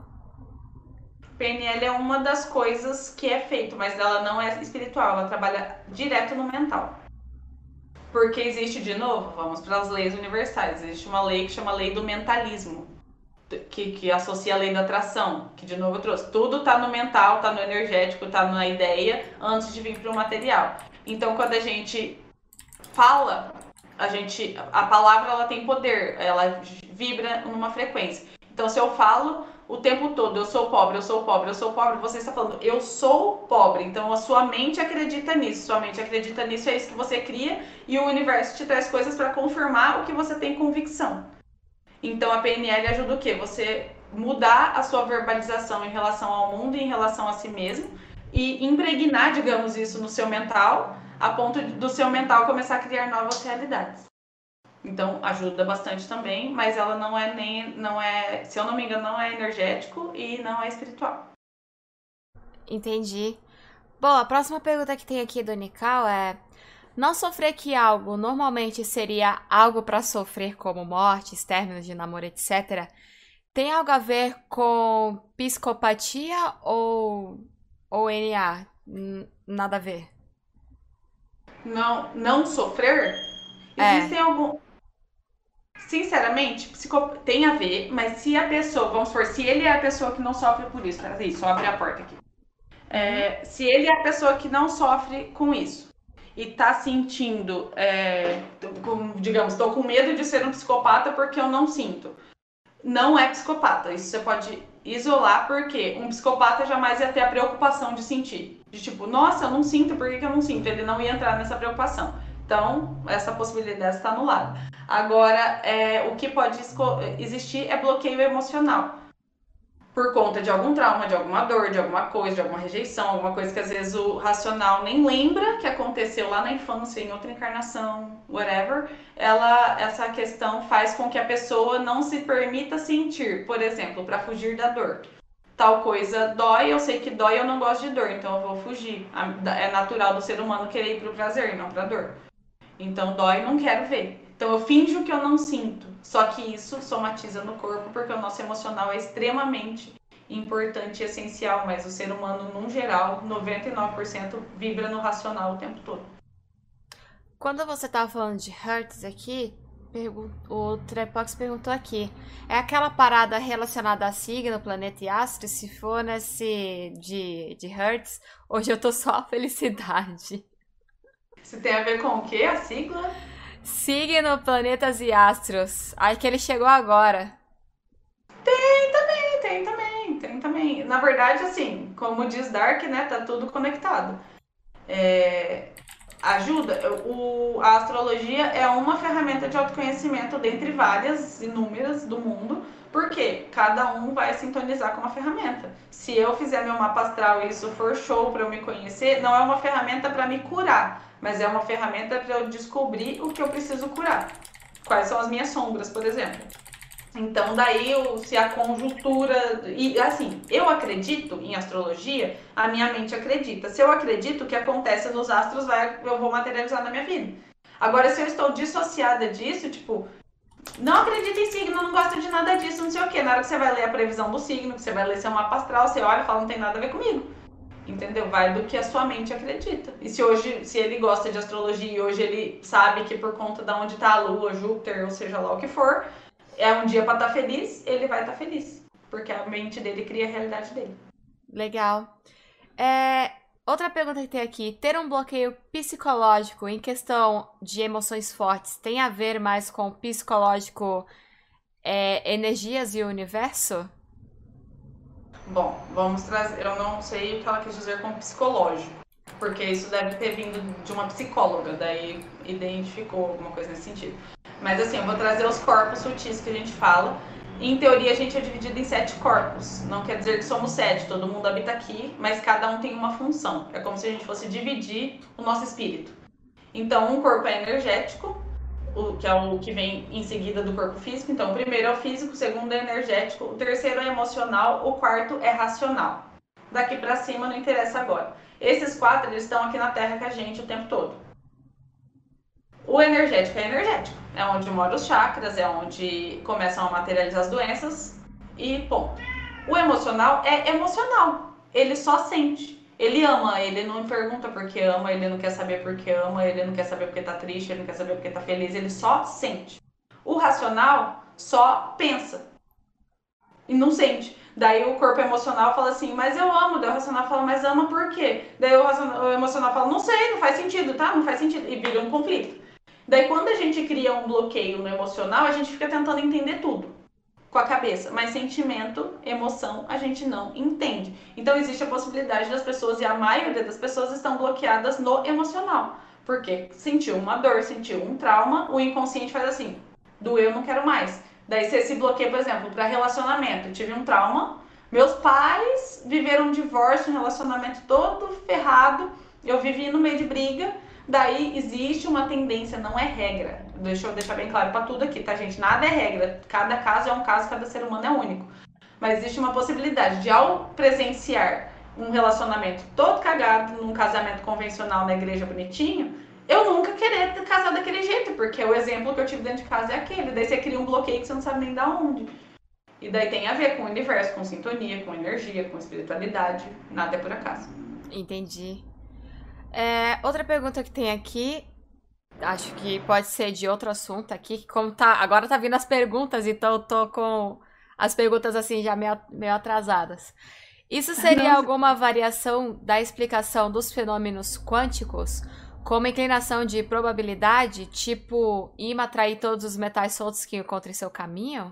P N L é uma das coisas que é feito, mas ela não é espiritual, ela trabalha direto no mental. Porque existe, de novo, vamos para as leis universais, existe uma lei que chama lei do mentalismo, que, que associa a lei da atração, que de novo eu trouxe. Tudo está no mental, está no energético, está na ideia, antes de vir para o material. Então, quando a gente fala, a, gente, a palavra ela tem poder, ela vibra numa frequência. Então, se eu falo o tempo todo, eu sou pobre, eu sou pobre, eu sou pobre, você está falando, eu sou pobre. Então a sua mente acredita nisso, sua mente acredita nisso, é isso que você cria, e o universo te traz coisas para confirmar o que você tem convicção. Então a P N L ajuda o quê? Você mudar a sua verbalização em relação ao mundo e em relação a si mesmo, e impregnar, digamos, isso no seu mental, a ponto do seu mental começar a criar novas realidades. Então ajuda bastante também, mas ela não é nem, não é, se eu não me engano, não é energético e não é espiritual. Entendi. Bom, a próxima pergunta que tem aqui do Nical é: não sofrer que algo normalmente seria algo para sofrer, como mortes, términos de namoro, etcétera, tem algo a ver com psicopatia ou, ou N A? N- nada a ver. Não, não sofrer? É. Existem algum, sinceramente, psico... tem a ver, mas se a pessoa, vamos supor, se ele é a pessoa que não sofre por isso, peraí, só abrir a porta aqui. É, se ele é a pessoa que não sofre com isso e tá sentindo, é, com, digamos, tô com medo de ser um psicopata porque eu não sinto. Não é psicopata. Isso você pode isolar, porque um psicopata jamais ia ter a preocupação de sentir. De tipo, nossa, eu não sinto, por que, que eu não sinto? Ele não ia entrar nessa preocupação. Então, essa possibilidade está anulada. Agora, é, o que pode existir é bloqueio emocional. Por conta de algum trauma, de alguma dor, de alguma coisa, de alguma rejeição, alguma coisa que às vezes o racional nem lembra que aconteceu lá na infância, em outra encarnação, whatever. Ela, essa questão faz com que a pessoa não se permita sentir, por exemplo, para fugir da dor. Tal coisa dói, eu sei que dói, eu não gosto de dor, então eu vou fugir. É natural do ser humano querer ir pro prazer, não pra dor. Então dói, não quero ver. Então eu finjo que eu não sinto. Só que isso somatiza no corpo porque o nosso emocional é extremamente importante e essencial, mas o ser humano, no geral, noventa e nove por cento vibra no racional o tempo todo. Quando você tava falando de Hertz aqui, pergun- o Trepox perguntou aqui: é aquela parada relacionada a signo, planeta e astro? Se for nesse de, de Hertz, hoje eu tô só a felicidade. Isso tem a ver com o quê? A sigla? Signo, planetas e astros. Aí que ele chegou agora. Tem também, tem também, tem também. Na verdade, assim, como diz Dark, né, tá tudo conectado. É, ajuda, o, a astrologia é uma ferramenta de autoconhecimento dentre várias, inúmeras do mundo, porque cada um vai sintonizar com uma ferramenta. Se eu fizer meu mapa astral e isso for show para eu me conhecer, não é uma ferramenta para me curar, mas é uma ferramenta para eu descobrir o que eu preciso curar. Quais são as minhas sombras, por exemplo. Então, daí, se a conjuntura. E assim, eu acredito em astrologia, a minha mente acredita. Se eu acredito, o que acontece nos astros vai, eu vou materializar na minha vida. Agora, se eu estou dissociada disso, tipo, não acredito em signo, não gosto de nada disso, não sei o quê. Na hora que você vai ler a previsão do signo, que você vai ler seu mapa astral, você olha e fala, não tem nada a ver comigo. Entendeu? Vai do que a sua mente acredita. E se hoje, se ele gosta de astrologia e hoje ele sabe que por conta de onde está a Lua, Júpiter, ou seja lá o que for, é um dia para estar feliz, ele vai estar feliz. Porque a mente dele cria a realidade dele. Legal. É, outra pergunta que tem aqui: ter um bloqueio psicológico em questão de emoções fortes tem a ver mais com psicológico, é, energias e o universo? Bom, vamos trazer. Eu não sei o que ela quis dizer com psicológico. Porque isso deve ter vindo de uma psicóloga, daí identificou alguma coisa nesse sentido. Mas assim, eu vou trazer os corpos sutis que a gente fala. Em teoria, a gente é dividido em sete corpos. Não quer dizer que somos sete, todo mundo habita aqui, mas cada um tem uma função. É como se a gente fosse dividir o nosso espírito. Então, um corpo é energético, o, que é o que vem em seguida do corpo físico. Então, o primeiro é o físico, o segundo é energético, o terceiro é emocional, o quarto é racional. Daqui para cima não interessa agora. Esses quatro, eles estão aqui na Terra com a gente o tempo todo. O energético é energético. É onde moram os chakras, é onde começam a materializar as doenças e ponto. O emocional é emocional. Ele só sente. Ele ama, ele não pergunta por que ama, ele não quer saber por que ama, ele não quer saber porque tá triste, ele não quer saber porque tá feliz, ele só sente. O racional só pensa e não sente. Daí o corpo emocional fala assim, mas eu amo. Daí o racional fala, mas ama por quê? Daí o, racional, o emocional fala, não sei, não faz sentido, tá? Não faz sentido. E vira um conflito. Daí quando a gente cria um bloqueio no emocional, a gente fica tentando entender tudo. com a cabeça, mas sentimento, emoção, a gente não entende. Então existe a possibilidade das pessoas, e a maioria das pessoas estão bloqueadas no emocional. Porque sentiu uma dor, sentiu um trauma, o inconsciente faz assim, doeu, não quero mais. Daí você se bloqueia, por exemplo, para relacionamento. Eu tive um trauma, meus pais viveram um divórcio, um relacionamento todo ferrado, eu vivi no meio de briga. Daí existe uma tendência, não é regra. Deixa eu deixar bem claro para tudo aqui, tá, gente? Nada é regra. Cada caso é um caso, cada ser humano é único. Mas existe uma possibilidade de, ao presenciar um relacionamento todo cagado, num casamento convencional na igreja bonitinho, eu nunca querer casar daquele jeito, porque o exemplo que eu tive dentro de casa é aquele. Daí você cria um bloqueio que você não sabe nem da onde. E daí tem a ver com o universo, com sintonia, com energia, com espiritualidade. Nada é por acaso. Entendi. É, outra pergunta que tem aqui, acho que pode ser de outro assunto aqui, que como tá, agora tá vindo as perguntas, então eu tô com as perguntas assim já meio, meio atrasadas. Isso seria Não. alguma variação da explicação dos fenômenos quânticos, como inclinação de probabilidade, tipo imã atrair todos os metais soltos que encontra em seu caminho?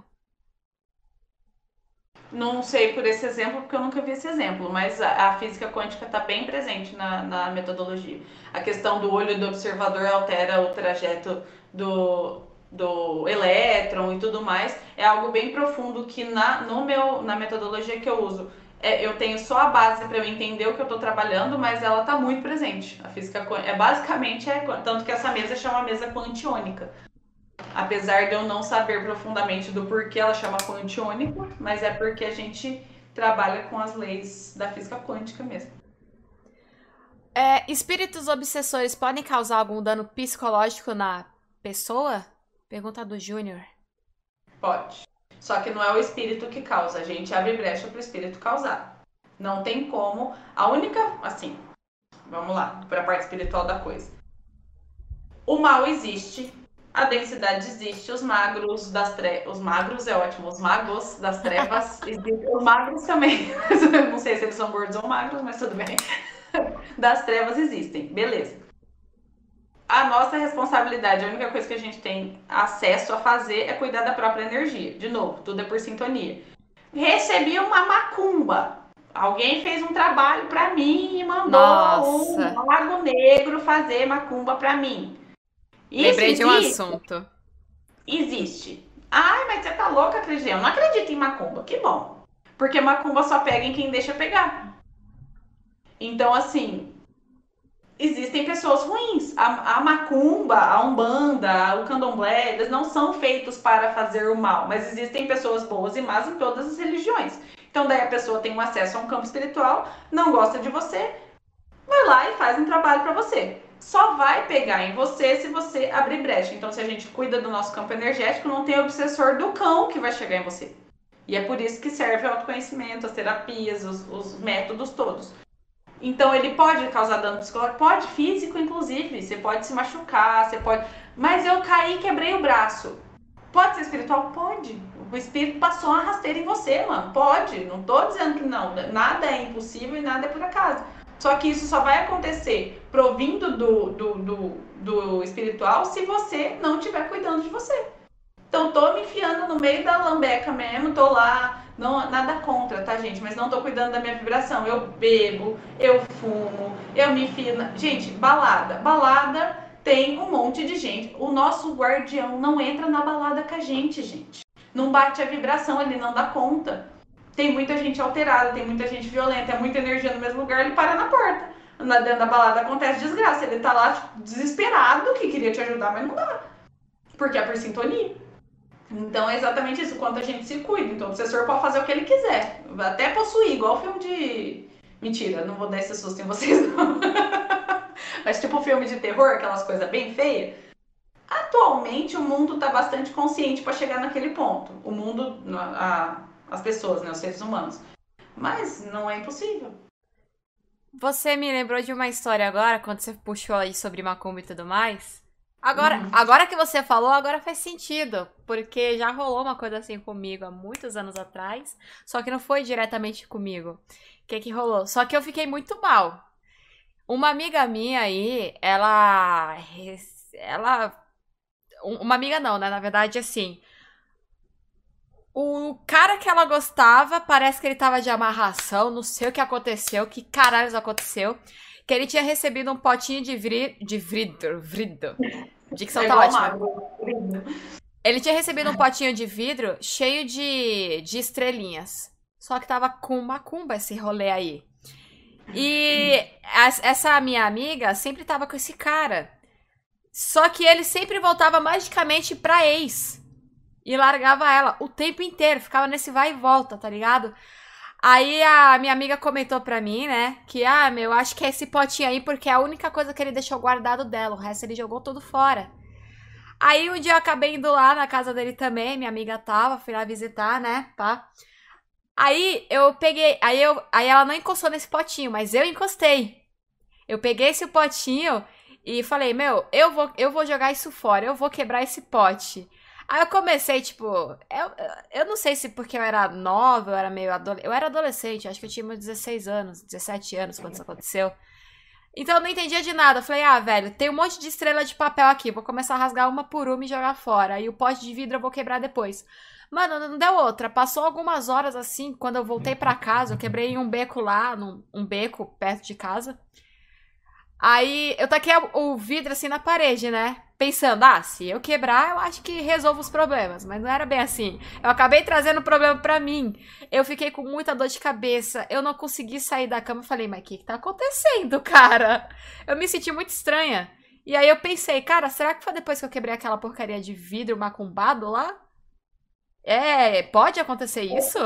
Não sei por esse exemplo, porque eu nunca vi esse exemplo, mas a, a física quântica está bem presente na, na metodologia. A questão do olho do observador altera o trajeto do, do elétron e tudo mais é algo bem profundo que na, no meu, na metodologia que eu uso, é, eu tenho só a base para eu entender o que eu estou trabalhando, mas ela está muito presente. A física quântica é basicamente, é, tanto que essa mesa chama mesa quantiônica. Apesar de eu não saber profundamente do porquê ela chama quantiônico, mas é porque a gente trabalha com as leis da física quântica mesmo. É, espíritos obsessores podem causar algum dano psicológico na pessoa? Pergunta do Júnior. Pode. Só que não é o espírito que causa, a gente abre brecha para o espírito causar. Não tem como. A única, assim, vamos lá, para a parte espiritual da coisa. O mal existe. A densidade existe, os magros das trevas. Os magros é ótimo, os magos das trevas existem. Os magros também. Não sei se eles são gordos ou magros, mas tudo bem. Das trevas existem, beleza. A nossa responsabilidade, a única coisa que a gente tem acesso a fazer é cuidar da própria energia. De novo, tudo é por sintonia. Recebi uma macumba. Alguém fez um trabalho para mim e mandou Nossa. um mago negro fazer macumba para mim. Isso Lembrei de um existe? assunto. Existe. Ai, mas você tá louca, Cris? Eu não acredito em macumba. Que bom. Porque macumba só pega em quem deixa pegar. Então, assim, existem pessoas ruins. A, a macumba, a umbanda, o candomblé, eles não são feitos para fazer o mal. Mas existem pessoas boas e más em todas as religiões. Então, daí a pessoa tem um acesso a um campo espiritual, não gosta de você, vai lá e faz um trabalho para você. Só vai pegar em você se você abrir brecha. Então, se a gente cuida do nosso campo energético, não tem obsessor do cão que vai chegar em você. E é por isso que serve o autoconhecimento, as terapias, os, os métodos todos. Então, ele pode causar dano psicológico? Pode, físico, inclusive. Você pode se machucar, você pode... Mas eu caí e quebrei o braço. Pode ser espiritual? Pode. O espírito passou uma rasteira em você, mano. Pode. Não tô dizendo que não. Nada é impossível e nada é por acaso. Só que isso só vai acontecer provindo do, do, do, do espiritual se você não estiver cuidando de você. Então, tô me enfiando no meio da lambeca mesmo, tô lá, não, nada contra, tá, gente? Mas não tô cuidando da minha vibração. Eu bebo, eu fumo, eu me enfio... Na... Gente, balada. Balada tem um monte de gente. O nosso guardião não entra na balada com a gente, gente. Não bate a vibração, ele não dá conta. Tem muita gente alterada, tem muita gente violenta, é muita energia no mesmo lugar, ele para na porta. Na, dentro da balada acontece desgraça. Ele tá lá tipo, desesperado, que queria te ajudar, mas não dá. Porque é por sintonia. Então é exatamente isso, quanto a gente se cuida. Então o obsessor pode fazer o que ele quiser. Até possuir, igual filme de... Mentira, não vou dar esse susto em vocês, não. Mas tipo filme de terror, aquelas coisas bem feias. Atualmente o mundo tá bastante consciente para chegar naquele ponto. O mundo... A... as pessoas, né, os seres humanos. Mas não é impossível. Você me lembrou de uma história agora, quando você puxou aí sobre macumba e tudo mais. Agora, uhum. agora que você falou, agora faz sentido. Porque já rolou uma coisa assim comigo há muitos anos atrás. Só que não foi diretamente comigo. O que que rolou? Só que eu fiquei muito mal. Uma amiga minha aí, ela... Ela... Uma amiga não, né? Na verdade, assim... O cara que ela gostava, parece que ele tava de amarração, não sei o que aconteceu, que caralho aconteceu. Que ele tinha recebido um potinho de, vri, de vidro, vidro. Dicção É tá igual ótima. mago. Ele tinha recebido um potinho de vidro cheio de, de estrelinhas. Só que tava com macumba esse rolê aí. E as- essa minha amiga sempre tava com esse cara. Só que ele sempre voltava magicamente pra ex. E largava ela o tempo inteiro. Ficava nesse vai e volta, tá ligado? Aí a minha amiga comentou pra mim, né? Que, ah, meu, acho que é esse potinho aí porque é a única coisa que ele deixou guardado dela. O resto ele jogou tudo fora. Aí um dia eu acabei indo lá na casa dele também. Minha amiga tava, fui lá visitar, né? Pá. Aí eu peguei. Aí, eu, aí ela não encostou nesse potinho, mas eu encostei. Eu peguei esse potinho e falei, meu, eu vou, eu vou jogar isso fora, eu vou quebrar esse pote. Aí eu comecei, tipo, eu, eu não sei se porque eu era nova, eu era meio adolescente. Eu era adolescente, acho que eu tinha meus dezesseis anos, dezessete anos quando isso aconteceu. Então eu não entendia de nada. Eu falei, ah, velho, tem um monte de estrela de papel aqui, vou começar a rasgar uma por uma e jogar fora. Aí o pote de vidro eu vou quebrar depois. Mano, não deu outra. Passou algumas horas assim, quando eu voltei pra casa, eu quebrei um beco lá, num, um beco perto de casa. Aí eu taquei o vidro assim na parede, né? Pensando, ah, se eu quebrar, eu acho que resolvo os problemas. Mas não era bem assim. Eu acabei trazendo o problema pra mim. Eu fiquei com muita dor de cabeça. Eu não consegui sair da cama. Eu falei, mas o que que tá acontecendo, cara? Eu me senti muito estranha. E aí eu pensei, cara, será que foi depois que eu quebrei aquela porcaria de vidro macumbado lá? É, pode acontecer isso?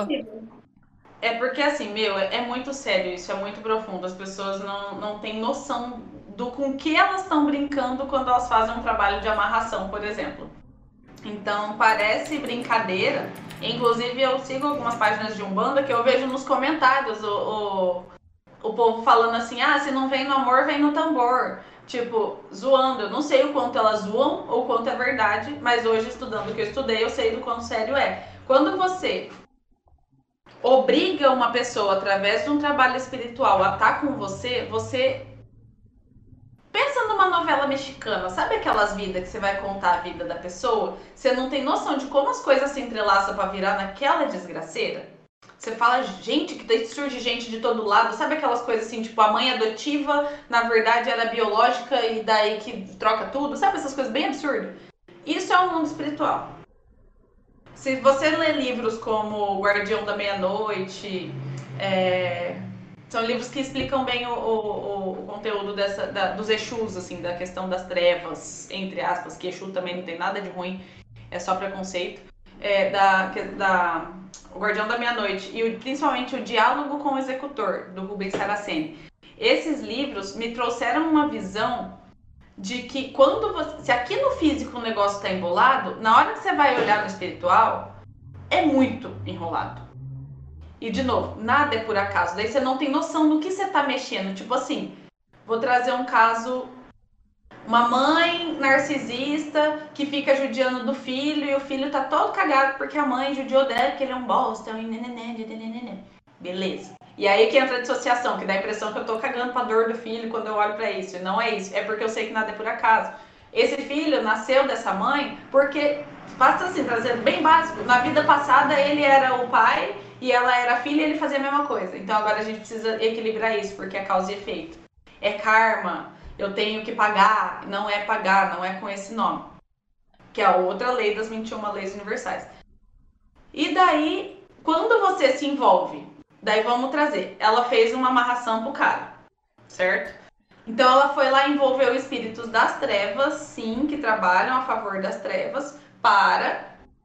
É porque, assim, meu, é é muito sério isso, é muito profundo. As pessoas não, não têm noção do com que elas estão brincando quando elas fazem um trabalho de amarração, por exemplo. Então, parece brincadeira. Inclusive, eu sigo algumas páginas de Umbanda que eu vejo nos comentários o, o, o povo falando assim, ah, se não vem no amor, vem no tambor. Tipo, zoando. Eu não sei o quanto elas zoam ou o quanto é verdade, mas hoje, estudando o que eu estudei, eu sei do quão sério é. Quando você obriga uma pessoa, através de um trabalho espiritual, a estar com você, você pensa numa novela mexicana, sabe aquelas vidas que você vai contar a vida da pessoa? Você não tem noção de como as coisas se entrelaçam para virar naquela desgraceira? Você fala, gente, que daí surge gente de todo lado, sabe aquelas coisas assim, tipo, a mãe adotiva, na verdade, era biológica e daí que troca tudo, sabe essas coisas bem absurdas? Isso é um mundo espiritual. Se você lê livros como O Guardião da Meia-Noite, é, são livros que explicam bem o, o, o conteúdo dessa, da, dos Exus, assim, da questão das trevas, entre aspas, que Exu também não tem nada de ruim, é só preconceito. É, da, da, o Guardião da Meia-Noite e o, principalmente o Diálogo com o Executor, do Rubens Saraceni. Esses livros me trouxeram uma visão de que quando você, se aqui no físico o negócio está embolado, na hora que você vai olhar no espiritual, é muito enrolado. E de novo, nada é por acaso. Daí você não tem noção do que você está mexendo. Tipo assim, vou trazer um caso, uma mãe narcisista que fica judiando do filho e o filho tá todo cagado porque a mãe judiou dela, que ele é um bosta, um nenenê. Beleza. E aí que entra a dissociação, que dá a impressão que eu tô cagando pra dor do filho quando eu olho pra isso. E não é isso. É porque eu sei que nada é por acaso. Esse filho nasceu dessa mãe porque, basta assim, trazendo bem básico, na vida passada ele era o pai e ela era a filha e ele fazia a mesma coisa. Então agora a gente precisa equilibrar isso, porque é causa e efeito. É karma, eu tenho que pagar. Não é pagar, não é com esse nome. Que é a outra lei das vinte e uma leis universais. E daí, quando você se envolve, daí vamos trazer, ela fez uma amarração pro cara, certo? Então ela foi lá e envolveu espíritos das trevas, sim, que trabalham a favor das trevas, para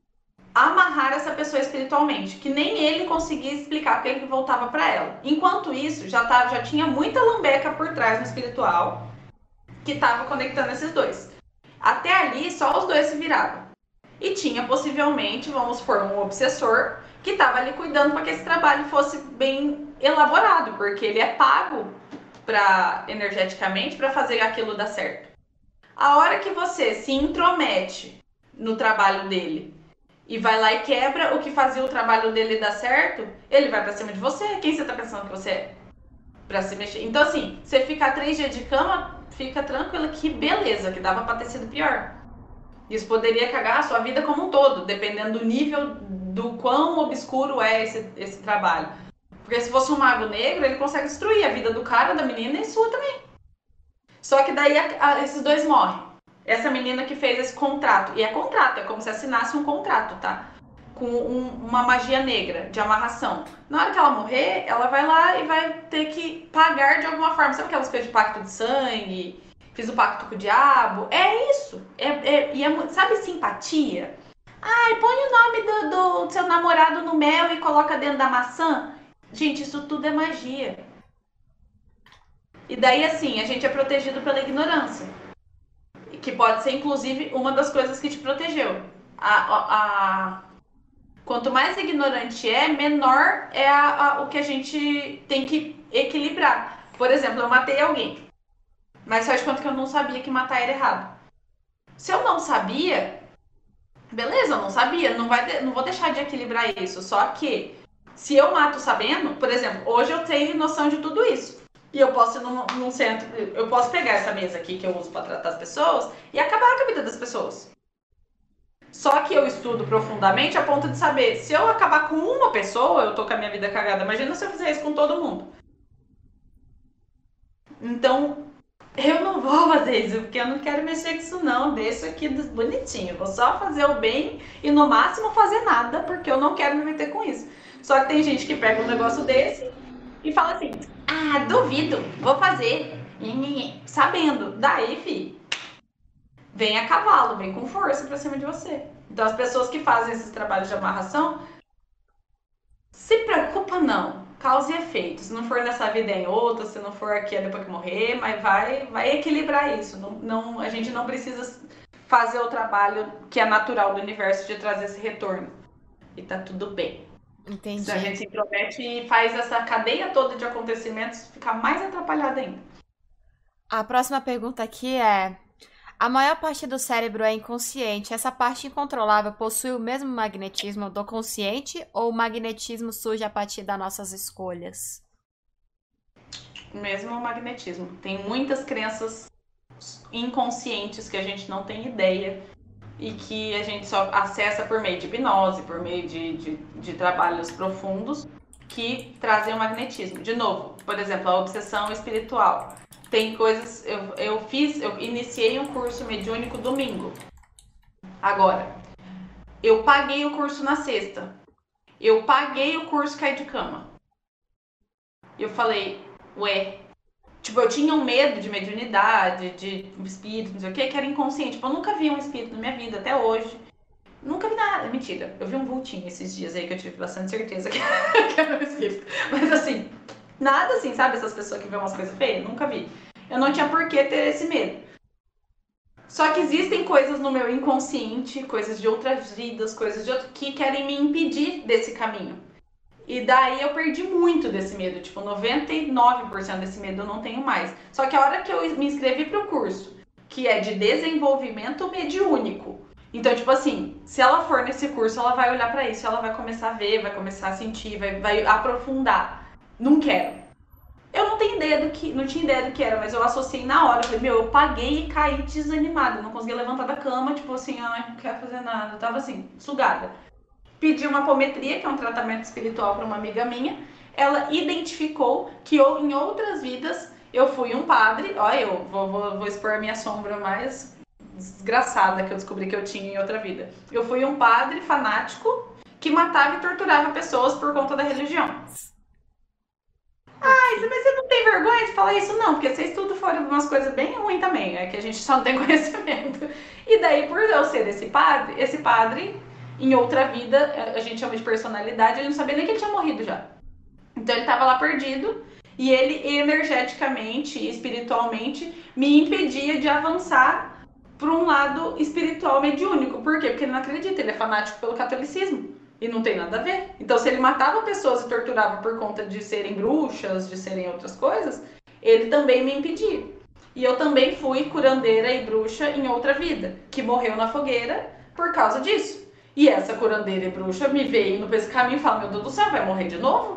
amarrar essa pessoa espiritualmente, que nem ele conseguia explicar porque ele voltava para ela. Enquanto isso, já, tá, já tinha muita lambeca por trás no espiritual, que estava conectando esses dois. Até ali, só os dois se viravam. E tinha possivelmente, vamos supor, um obsessor que estava ali cuidando para que esse trabalho fosse bem elaborado, porque ele é pago pra, energeticamente para fazer aquilo dar certo. A hora que você se intromete no trabalho dele e vai lá e quebra o que fazia o trabalho dele dar certo, ele vai para cima de você. Quem você tá pensando que você é? Pra se mexer. Então assim, você ficar três dias de cama, fica tranquila que beleza, que dava para ter sido pior. Isso poderia cagar a sua vida como um todo, dependendo do nível do quão obscuro é esse, esse trabalho. Porque se fosse um mago negro, ele consegue destruir a vida do cara, da menina e sua também. Só que daí a, a, esses dois morrem. Essa menina que fez esse contrato, e é contrato, é como se assinasse um contrato, tá? Com um, uma magia negra de amarração. Na hora que ela morrer, ela vai lá e vai ter que pagar de alguma forma. Sabe aquelas coisas de pacto de sangue? Fiz o pacto com o diabo? É isso. É, é, e é, sabe simpatia? Ai, põe o nome do, do seu namorado no mel e coloca dentro da maçã. Gente, isso tudo é magia. E daí, assim, a gente é protegido pela ignorância. Que pode ser, inclusive, uma das coisas que te protegeu. A, a, a... Quanto mais ignorante é, menor é a, a, o que a gente tem que equilibrar. Por exemplo, eu matei alguém. Mas faz de conta que eu não sabia que matar era errado. Se eu não sabia, beleza, eu não sabia. Não, vai, não vou deixar de equilibrar isso. Só que, se eu mato sabendo, por exemplo, hoje eu tenho noção de tudo isso. E eu posso ir num, num centro, eu posso pegar essa mesa aqui que eu uso para tratar as pessoas e acabar com a vida das pessoas. Só que eu estudo profundamente a ponto de saber, se eu acabar com uma pessoa, eu tô com a minha vida cagada. Imagina se eu fizer isso com todo mundo. Então, eu não vou fazer isso, porque eu não quero mexer com isso não. Deixa aqui bonitinho. Vou só fazer o bem e no máximo fazer nada, porque eu não quero me meter com isso. Só que tem gente que pega um negócio desse e fala assim, ah, duvido, vou fazer. Sabendo. Daí, fi, vem a cavalo, vem com força pra cima de você. Então, as pessoas que fazem esses trabalhos de amarração, se preocupa não. Causa e efeito. Se não for nessa vida é em outra, se não for aqui é depois que morrer, mas vai, vai equilibrar isso. Não, não, a gente não precisa fazer o trabalho que é natural do universo de trazer esse retorno. E tá tudo bem. Entendi. Se a gente se intromete e faz essa cadeia toda de acontecimentos ficar mais atrapalhada ainda. A próxima pergunta aqui é: a maior parte do cérebro é inconsciente. Essa parte incontrolável possui o mesmo magnetismo do consciente ou o magnetismo surge a partir das nossas escolhas? Mesmo o magnetismo. Tem muitas crenças inconscientes que a gente não tem ideia e que a gente só acessa por meio de hipnose, por meio de, de, de trabalhos profundos que trazem o magnetismo. De novo, por exemplo, a obsessão espiritual. Tem coisas, eu, eu fiz, eu iniciei um curso mediúnico domingo. Agora, eu paguei o curso na sexta. Eu paguei o curso cair de cama. Eu falei, ué, tipo, eu tinha um medo de mediunidade, de espírito, não sei o que, que era inconsciente. Tipo, eu nunca vi um espírito na minha vida, até hoje. Nunca vi nada. Mentira, eu vi um vultinho esses dias aí que eu tive bastante certeza que era um espírito. Mas assim, nada assim, sabe? Essas pessoas que vê umas coisas feias, nunca vi. Eu não tinha por que ter esse medo. Só que existem coisas no meu inconsciente, coisas de outras vidas, coisas de outro, que querem me impedir desse caminho. E daí eu perdi muito desse medo, tipo, noventa e nove por cento desse medo eu não tenho mais. Só que a hora que eu me inscrevi pro curso, que é de desenvolvimento mediúnico, então, tipo assim, se ela for nesse curso, ela vai olhar pra isso, ela vai começar a ver, vai começar a sentir, vai, vai aprofundar. Não quero. Eu não tenho ideia do que, não tinha ideia do que era, mas eu associei na hora. Eu falei, meu, eu paguei e caí desanimada. Não conseguia levantar da cama, tipo assim, ai, não quero fazer nada. Eu tava assim, sugada. Pedi uma apometria, que é um tratamento espiritual para uma amiga minha. Ela identificou que eu, em outras vidas eu fui um padre. Olha, eu vou, vou, vou expor a minha sombra mais desgraçada que eu descobri que eu tinha em outra vida. Eu fui um padre fanático que matava e torturava pessoas por conta da religião. Ai, mas você não tem vergonha de falar isso? Não, porque vocês tudo foram umas coisas bem ruins também, é que a gente só não tem conhecimento. E daí, por eu ser esse padre, esse padre, em outra vida, a gente chama de personalidade, ele não sabia nem que ele tinha morrido já. Então ele tava lá perdido, e ele energeticamente e espiritualmente me impedia de avançar para um lado espiritual mediúnico. Por quê? Porque ele não acredita, ele é fanático pelo catolicismo. E não tem nada a ver. Então, se ele matava pessoas e torturava por conta de serem bruxas, de serem outras coisas, ele também me impedia. E eu também fui curandeira e bruxa em outra vida, que morreu na fogueira por causa disso. E essa curandeira e bruxa me veio no esse caminho e falou, meu Deus do céu, vai morrer de novo?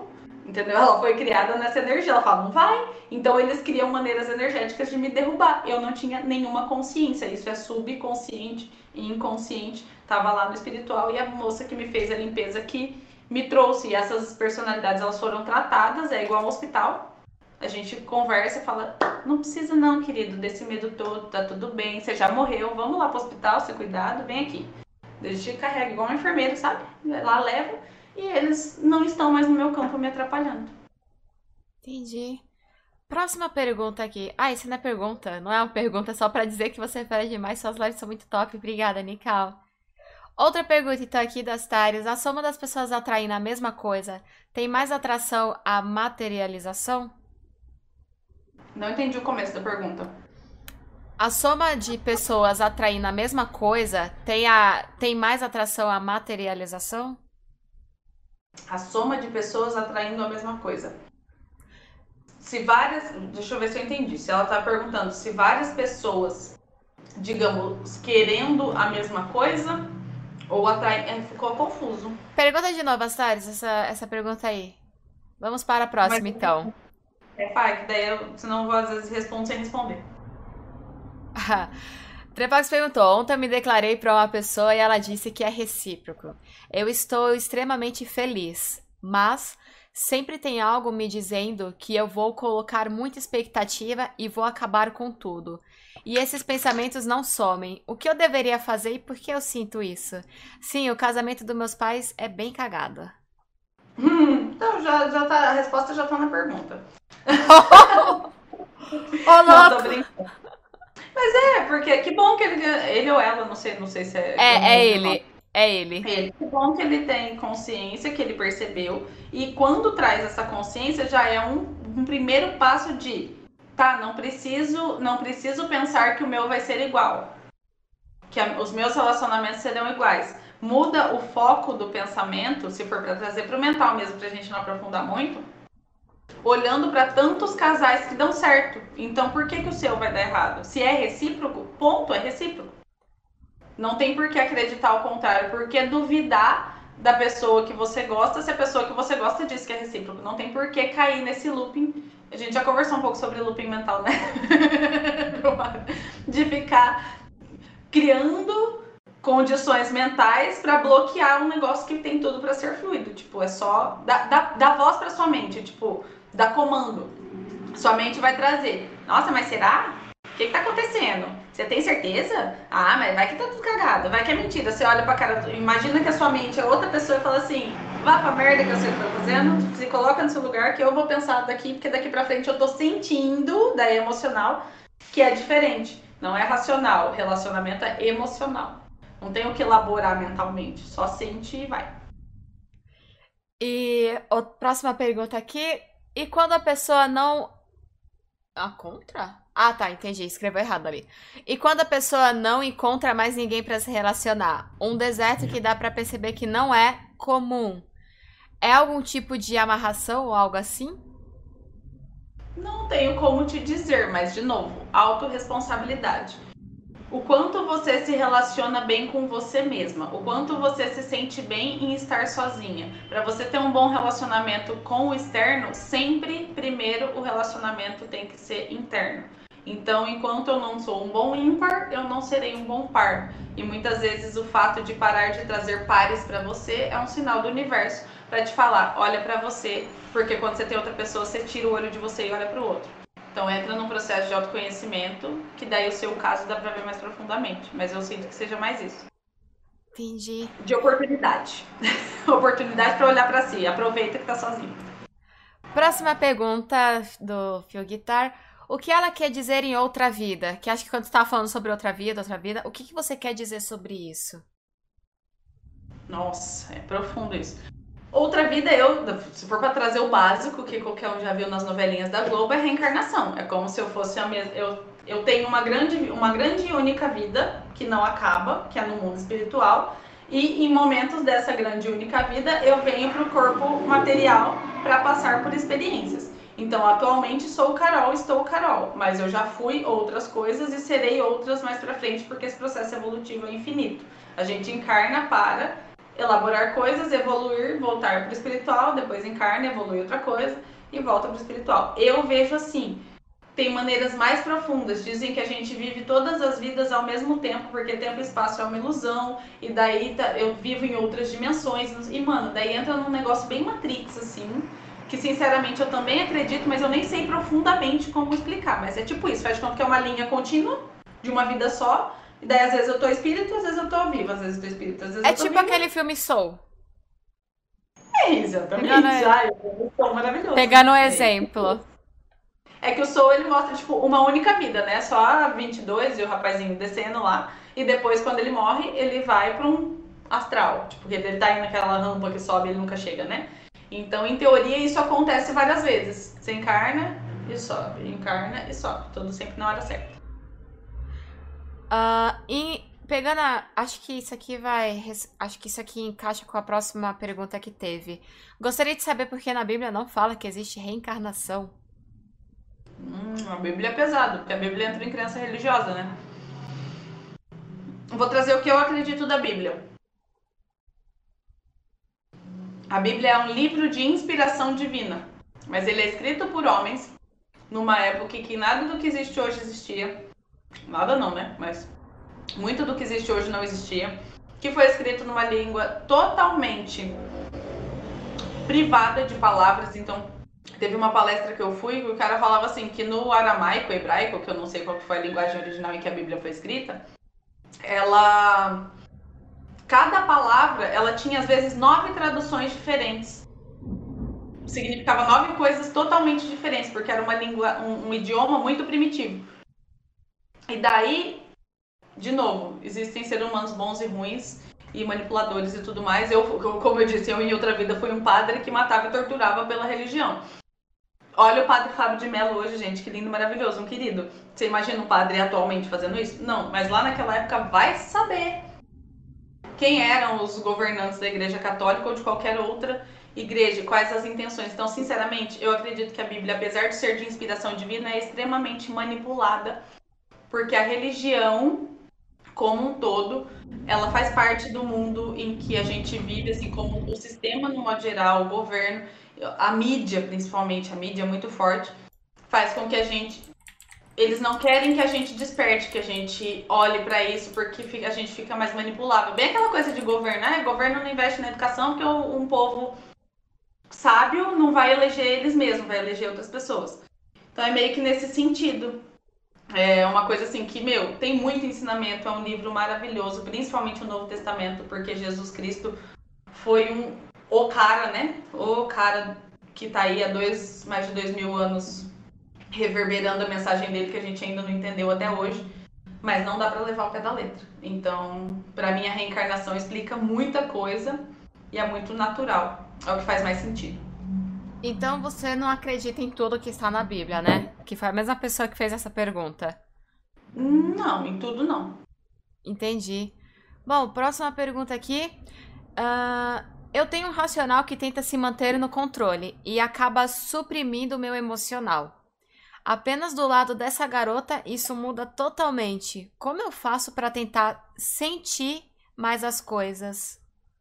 Entendeu? Ela foi criada nessa energia. Ela fala, não vai. Então eles criam maneiras energéticas de me derrubar. Eu não tinha nenhuma consciência. Isso é subconsciente e inconsciente. Tava lá no espiritual e a moça que me fez a limpeza que me trouxe. E essas personalidades, elas foram tratadas, é igual ao hospital. A gente conversa e fala, não precisa não, querido, desse medo todo, tá tudo bem, você já morreu, vamos lá pro hospital, ser cuidado, vem aqui. A gente carrega igual um enfermeiro, sabe? Lá leva e eles não estão mais no meu campo me atrapalhando. Entendi. Próxima pergunta aqui. Ah, isso não é pergunta, não é uma pergunta, é só pra dizer que você fera demais, suas lives são muito top. Obrigada, Nikal. Outra pergunta, então, aqui das Tares. A soma das pessoas atraindo a mesma coisa tem mais atração à materialização? Não entendi o começo da pergunta. A soma de pessoas atraindo a mesma coisa tem, a, tem mais atração à materialização? A soma de pessoas atraindo a mesma coisa. Se várias... Deixa eu ver se eu entendi. Se ela tá perguntando se várias pessoas, digamos, querendo a mesma coisa ou atraindo... É, ficou confuso. Pergunta de novo, Astares, essa, essa pergunta aí. Vamos para a próxima, Mas, então. É, pai, que daí eu, senão eu às vezes respondo sem responder. Trepax perguntou, ontem eu me declarei para uma pessoa e ela disse que é recíproco. Eu estou extremamente feliz, mas sempre tem algo me dizendo que eu vou colocar muita expectativa e vou acabar com tudo. E esses pensamentos não somem. O que eu deveria fazer e por que eu sinto isso? Sim, o casamento dos meus pais é bem cagado. Hum, então já, já tá, a resposta já tá na pergunta. Ô, louco! Mas é, porque que bom que ele, ele ou ela, não sei, não sei se é... É, é ele, é ele. ele. Que bom que ele tem consciência, que ele percebeu, e quando traz essa consciência já é um, um primeiro passo de, tá, não preciso, não preciso pensar que o meu vai ser igual, que a, os meus relacionamentos serão iguais. Muda o foco do pensamento, se for para trazer para o mental mesmo, pra gente não aprofundar muito, olhando para tantos casais que dão certo. Então, por que que o seu vai dar errado? Se é recíproco, ponto, é recíproco. Não tem por que acreditar ao contrário, por que duvidar da pessoa que você gosta se a pessoa que você gosta diz que é recíproco. Não tem por que cair nesse looping. A gente já conversou um pouco sobre looping mental, né? De ficar criando condições mentais para bloquear um negócio que tem tudo para ser fluido. Tipo, é só dar, dar, dar voz para sua mente, tipo, dar comando. Sua mente vai trazer. Nossa, mas será? O que, que tá acontecendo? Você tem certeza? Ah, mas vai que tá tudo cagado. Vai que é mentira. Você olha pra cara, imagina que a sua mente é outra pessoa e fala assim, vá pra merda que você tá fazendo, se coloca no seu lugar que eu vou pensar daqui, porque daqui pra frente eu tô sentindo, daí emocional, que é diferente. Não é racional, relacionamento é emocional. Não tem o que elaborar mentalmente, só sente e vai. E a próxima pergunta aqui, e quando a pessoa não... A contra? Ah, tá, entendi, escreveu errado ali. E quando a pessoa não encontra mais ninguém para se relacionar, um deserto que dá para perceber que não é comum, é algum tipo de amarração ou algo assim? Não tenho como te dizer, mas de novo, autorresponsabilidade. O quanto você se relaciona bem com você mesma, o quanto você se sente bem em estar sozinha. Para você ter um bom relacionamento com o externo, sempre primeiro o relacionamento tem que ser interno. Então, enquanto eu não sou um bom ímpar, eu não serei um bom par. E muitas vezes o fato de parar de trazer pares para você é um sinal do universo para te falar, olha para você, porque quando você tem outra pessoa, você tira o olho de você e olha para o outro. Então entra num processo de autoconhecimento, que daí o seu caso dá pra ver mais profundamente. Mas eu sinto que seja mais isso. Entendi. De oportunidade. Oportunidade pra olhar pra si. Aproveita que tá sozinho. Próxima pergunta do Fio Guitar. O que ela quer dizer em outra vida? Que acho que quando você tava falando sobre outra vida, outra vida, o que, que você quer dizer sobre isso? Nossa, é profundo isso. Outra vida, eu, se for para trazer o básico, que qualquer um já viu nas novelinhas da Globo, é reencarnação. É como se eu fosse a mesma. Eu, eu tenho uma grande, uma grande e única vida que não acaba, que é no mundo espiritual. E em momentos dessa grande e única vida, eu venho para o corpo material para passar por experiências. Então, atualmente sou Carol, estou Carol, mas eu já fui outras coisas e serei outras mais para frente, porque esse processo evolutivo é infinito. A gente encarna para elaborar coisas, evoluir, voltar para o espiritual, depois encarna, evolui outra coisa e volta para o espiritual. Eu vejo assim, tem maneiras mais profundas. Dizem que a gente vive todas as vidas ao mesmo tempo, porque tempo e espaço é uma ilusão, e daí tá, eu vivo em outras dimensões. E, mano, daí entra num negócio bem Matrix, assim, que sinceramente eu também acredito, mas eu nem sei profundamente como explicar. Mas é tipo isso, faz de conta que é uma linha contínua de uma vida só, e daí às vezes eu tô espírito, às vezes eu tô vivo, às vezes eu tô espírito, às vezes É eu tô tipo vivo. aquele filme Soul. É, exatamente. Pegando, Ai, eu sou maravilhoso. pegando um É. exemplo. É que o Soul, ele mostra, tipo, uma única vida, né? Só a vinte e dois e o rapazinho descendo lá. E depois, quando ele morre, ele vai pra um astral. Tipo, porque ele tá indo naquela rampa que sobe e ele nunca chega, né? Então, em teoria, isso acontece várias vezes. Você encarna e sobe, encarna e sobe. Tudo sempre na hora certa. Uh, e pegando a, acho que isso aqui vai, acho que isso aqui encaixa com a próxima pergunta que teve. Gostaria de saber por que na Bíblia não fala que existe reencarnação. Hum, a Bíblia é pesado, porque a Bíblia entra em crença religiosa, né? Vou trazer o que eu acredito da Bíblia. A Bíblia é um livro de inspiração divina, mas ele é escrito por homens numa época em que nada do que existe hoje existia. Nada não, né? Mas muito do que existe hoje não existia. Que foi escrito numa língua totalmente privada de palavras. Então, teve uma palestra que eu fui que o cara falava assim, que no aramaico, hebraico, que eu não sei qual foi a linguagem original em que a Bíblia foi escrita, ela... Cada palavra, ela tinha às vezes nove traduções diferentes. Significava nove coisas totalmente diferentes, porque era uma língua, um, um idioma muito primitivo. E daí, de novo, existem seres humanos bons e ruins, e manipuladores e tudo mais. Eu, como eu disse, eu em outra vida fui um padre que matava e torturava pela religião. Olha o padre Fábio de Mello hoje, gente, que lindo, maravilhoso, um querido. Você imagina um padre atualmente fazendo isso? Não, mas lá naquela época vai saber quem eram os governantes da Igreja Católica ou de qualquer outra igreja, quais as intenções. Então, sinceramente, eu acredito que a Bíblia, apesar de ser de inspiração divina, é extremamente manipulada, porque a religião, como um todo, ela faz parte do mundo em que a gente vive, assim como o sistema no modo geral, o governo, a mídia principalmente, a mídia é muito forte, faz com que a gente... Eles não querem que a gente desperte, que a gente olhe para isso, porque a gente fica mais manipulável. Bem aquela coisa de governar, o governo não investe na educação porque um povo sábio não vai eleger eles mesmos, vai eleger outras pessoas. Então é meio que nesse sentido. É uma coisa assim que, meu, tem muito ensinamento, é um livro maravilhoso, principalmente o Novo Testamento, porque Jesus Cristo foi um, o cara, né? O cara que tá aí há dois, mais de dois mil anos reverberando a mensagem dele que a gente ainda não entendeu até hoje, mas não dá para levar ao pé da letra. Então, para mim, a reencarnação explica muita coisa e é muito natural, é o que faz mais sentido. Então você não acredita em tudo que está na Bíblia, né? Que foi a mesma pessoa que fez essa pergunta. Não, em tudo não. Entendi. Bom, próxima pergunta aqui. Uh, eu tenho um racional que tenta se manter no controle e acaba suprimindo o meu emocional. Apenas do lado dessa garota, isso muda totalmente. Como eu faço para tentar sentir mais as coisas?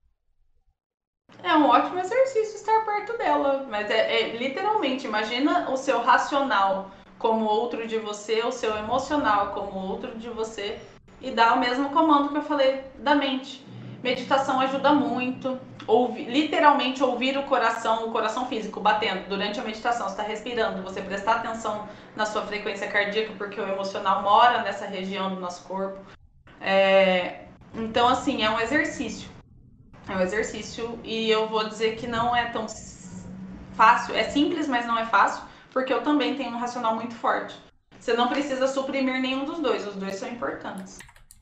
É um ótimo exercício estar perto dela, mas é, é literalmente, imagina o seu racional como outro de você, o seu emocional como outro de você, e dá o mesmo comando que eu falei da mente. Meditação ajuda muito. Ouvi, literalmente ouvir o coração, o coração físico batendo durante a meditação, você está respirando, você prestar atenção na sua frequência cardíaca, porque o emocional mora nessa região do nosso corpo. É, então, assim, é um exercício. É um exercício e eu vou dizer que não é tão fácil, é simples, mas não é fácil, porque eu também tenho um racional muito forte. Você não precisa suprimir nenhum dos dois, os dois são importantes.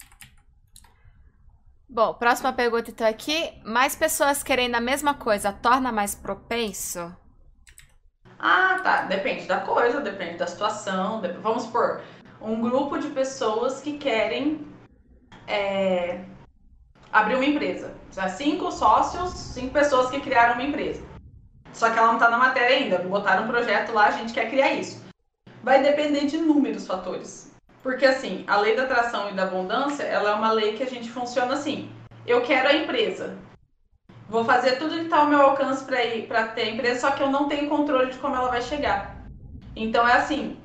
Bom, próxima pergunta então aqui. Mais pessoas querendo a mesma coisa torna mais propenso? Ah, tá. Depende da coisa, depende da situação. Dep- Vamos supor, um grupo de pessoas que querem é, abrir uma empresa. Já cinco sócios, cinco pessoas que criaram uma empresa. Só que ela não tá na matéria ainda. Botaram um projeto lá, a gente quer criar isso. Vai depender de inúmeros fatores. Porque assim, a lei da atração e da abundância, ela é uma lei que a gente funciona assim. Eu quero a empresa. Vou fazer tudo que está ao meu alcance para ir para ter a empresa, só que eu não tenho controle de como ela vai chegar. Então é assim,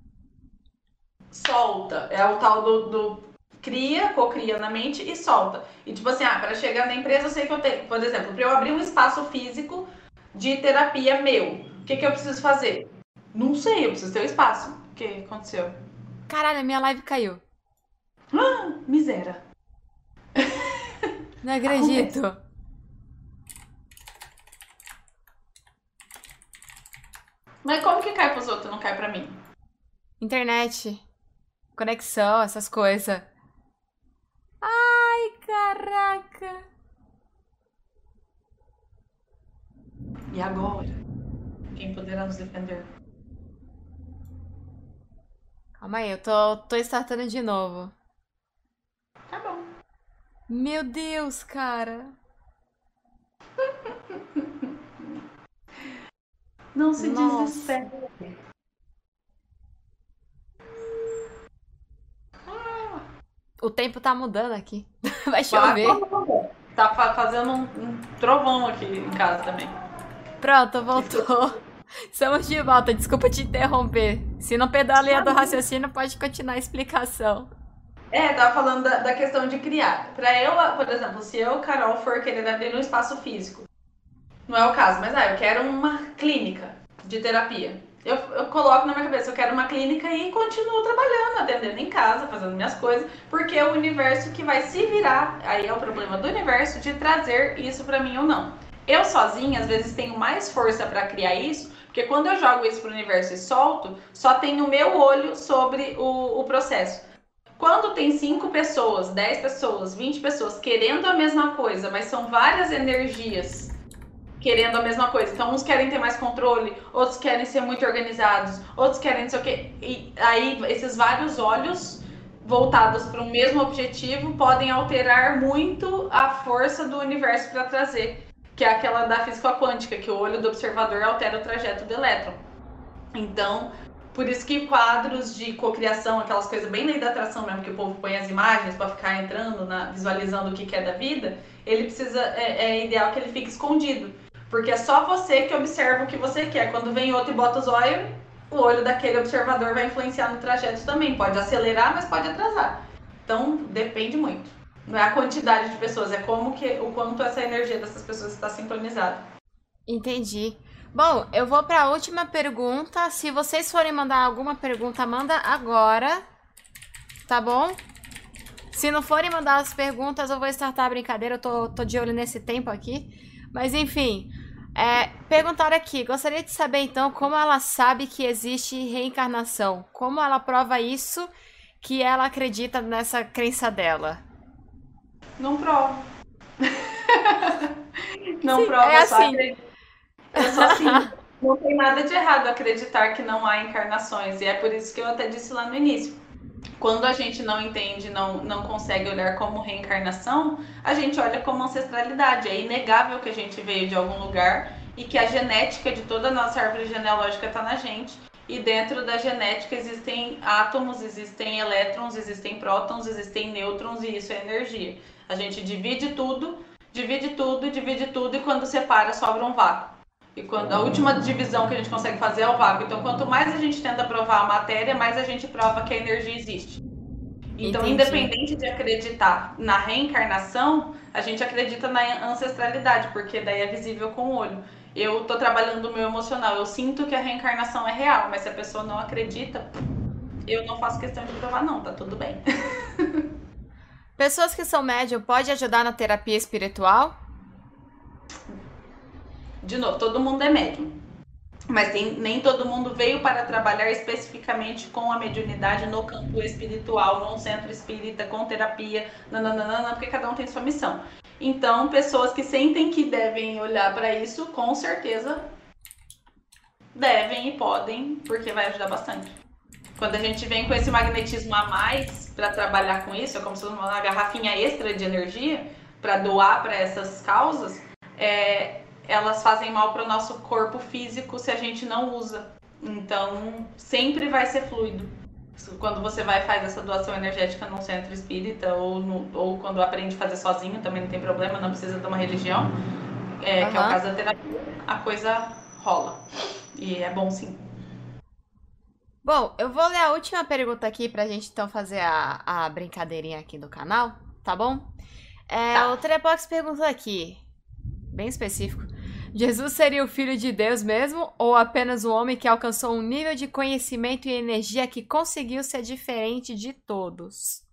solta. É o tal do, do cria, cocria na mente e solta. E tipo assim, ah, para chegar na empresa eu sei que eu tenho, por exemplo, para eu abrir um espaço físico de terapia meu, o que, que eu preciso fazer? Não sei, eu preciso ter um espaço. O que aconteceu? Caralho, a minha live caiu. Ah, miséria. Não Acontece. acredito. Mas como que cai pros outros e não cai pra mim? Internet, conexão, essas coisas. Ai, caraca. E agora? Quem poderá nos defender? Calma aí, eu tô, tô startando de novo. Tá bom. Meu Deus, cara. Não se Nossa. desespere. O tempo tá mudando aqui. Vai Vai, chover. tá fazendo um, um trovão aqui em casa também. Pronto, Que tô... voltou. Estamos de volta. Desculpa te interromper. Se não perdeu a linha do raciocínio, pode continuar a explicação. É, tava falando da, da questão de criar. Pra eu, por exemplo, se eu, Carol, for querer abrir um espaço físico, não é o caso, mas ah, eu quero uma clínica de terapia. Eu, eu coloco na minha cabeça, eu quero uma clínica e continuo trabalhando, atendendo em casa, fazendo minhas coisas, porque é o universo que vai se virar, aí é o problema do universo de trazer isso pra mim ou não. Eu sozinha, às vezes, tenho mais força pra criar isso, porque quando eu jogo isso pro universo e solto, só tem o meu olho sobre o, o processo. Quando tem cinco pessoas, dez pessoas, vinte pessoas querendo a mesma coisa, mas são várias energias querendo a mesma coisa. Então, uns querem ter mais controle, outros querem ser muito organizados, outros querem não sei o quê. E aí, esses vários olhos voltados para o mesmo objetivo podem alterar muito a força do universo para trazer, que é aquela da física quântica, que o olho do observador altera o trajeto do elétron. Então, por isso que quadros de cocriação, aquelas coisas bem lei da atração mesmo, que o povo põe as imagens para ficar entrando, na, visualizando o que, que é da vida, ele precisa, é, é ideal que ele fique escondido. Porque é só você que observa o que você quer. Quando vem outro e bota os olhos, o olho daquele observador vai influenciar no trajeto também. Pode acelerar, mas pode atrasar. Então, depende muito. Não é a quantidade de pessoas, é como que, o quanto essa energia dessas pessoas está sincronizada. Entendi. Bom, eu vou para a última pergunta. Se vocês forem mandar alguma pergunta, manda agora. Tá bom? Se não forem mandar as perguntas, eu vou startar a brincadeira. Eu tô, tô de olho nesse tempo aqui. Mas enfim, é, perguntaram aqui. Gostaria de saber então como ela sabe que existe reencarnação. Como ela prova isso, que ela acredita nessa crença dela. Não prova. Não Sim, prova, é só assim. acredita. É só assim. Não tem nada de errado acreditar que não há encarnações. E é por isso que eu até disse lá no início. Quando a gente não entende, não, não consegue olhar como reencarnação, a gente olha como ancestralidade. É inegável que a gente veio de algum lugar e que a genética de toda a nossa árvore genealógica está na gente. E dentro da genética existem átomos, existem elétrons, existem prótons, existem nêutrons e isso é energia. A gente divide tudo, divide tudo, divide tudo e quando separa sobra um vácuo. E quando a última divisão que a gente consegue fazer é o vácuo. Então, quanto mais a gente tenta provar a matéria, mais a gente prova que a energia existe. Então, Entendi. independente de acreditar na reencarnação, a gente acredita na ancestralidade, porque daí é visível com o olho. Eu tô trabalhando o meu emocional, eu sinto que a reencarnação é real, mas se a pessoa não acredita, eu não faço questão de provar não, tá tudo bem. Pessoas que são médium pode ajudar na terapia espiritual? De novo, todo mundo é médium. Mas tem, nem todo mundo veio para trabalhar especificamente com a mediunidade no campo espiritual, num centro espírita, com terapia, nananana, porque cada um tem sua missão. Então, pessoas que sentem que devem olhar para isso, com certeza devem e podem, porque vai ajudar bastante. Quando a gente vem com esse magnetismo a mais para trabalhar com isso, é como se fosse uma garrafinha extra de energia para doar para essas causas, é, elas fazem mal para o nosso corpo físico se a gente não usa. Então, sempre vai ser fluido. Quando você vai faz essa doação energética num centro espírita ou, no, ou quando aprende a fazer sozinho, também não tem problema, não precisa de uma religião. é, que é o Aham. caso da terapia, a coisa rola. E é bom sim. Bom, eu vou ler a última pergunta aqui pra gente então fazer a, a brincadeirinha aqui do canal, tá bom? É, o Tá. Trepox perguntou aqui, bem específico. Jesus seria o filho de Deus mesmo ou apenas um homem que alcançou um nível de conhecimento e energia que conseguiu ser diferente de todos?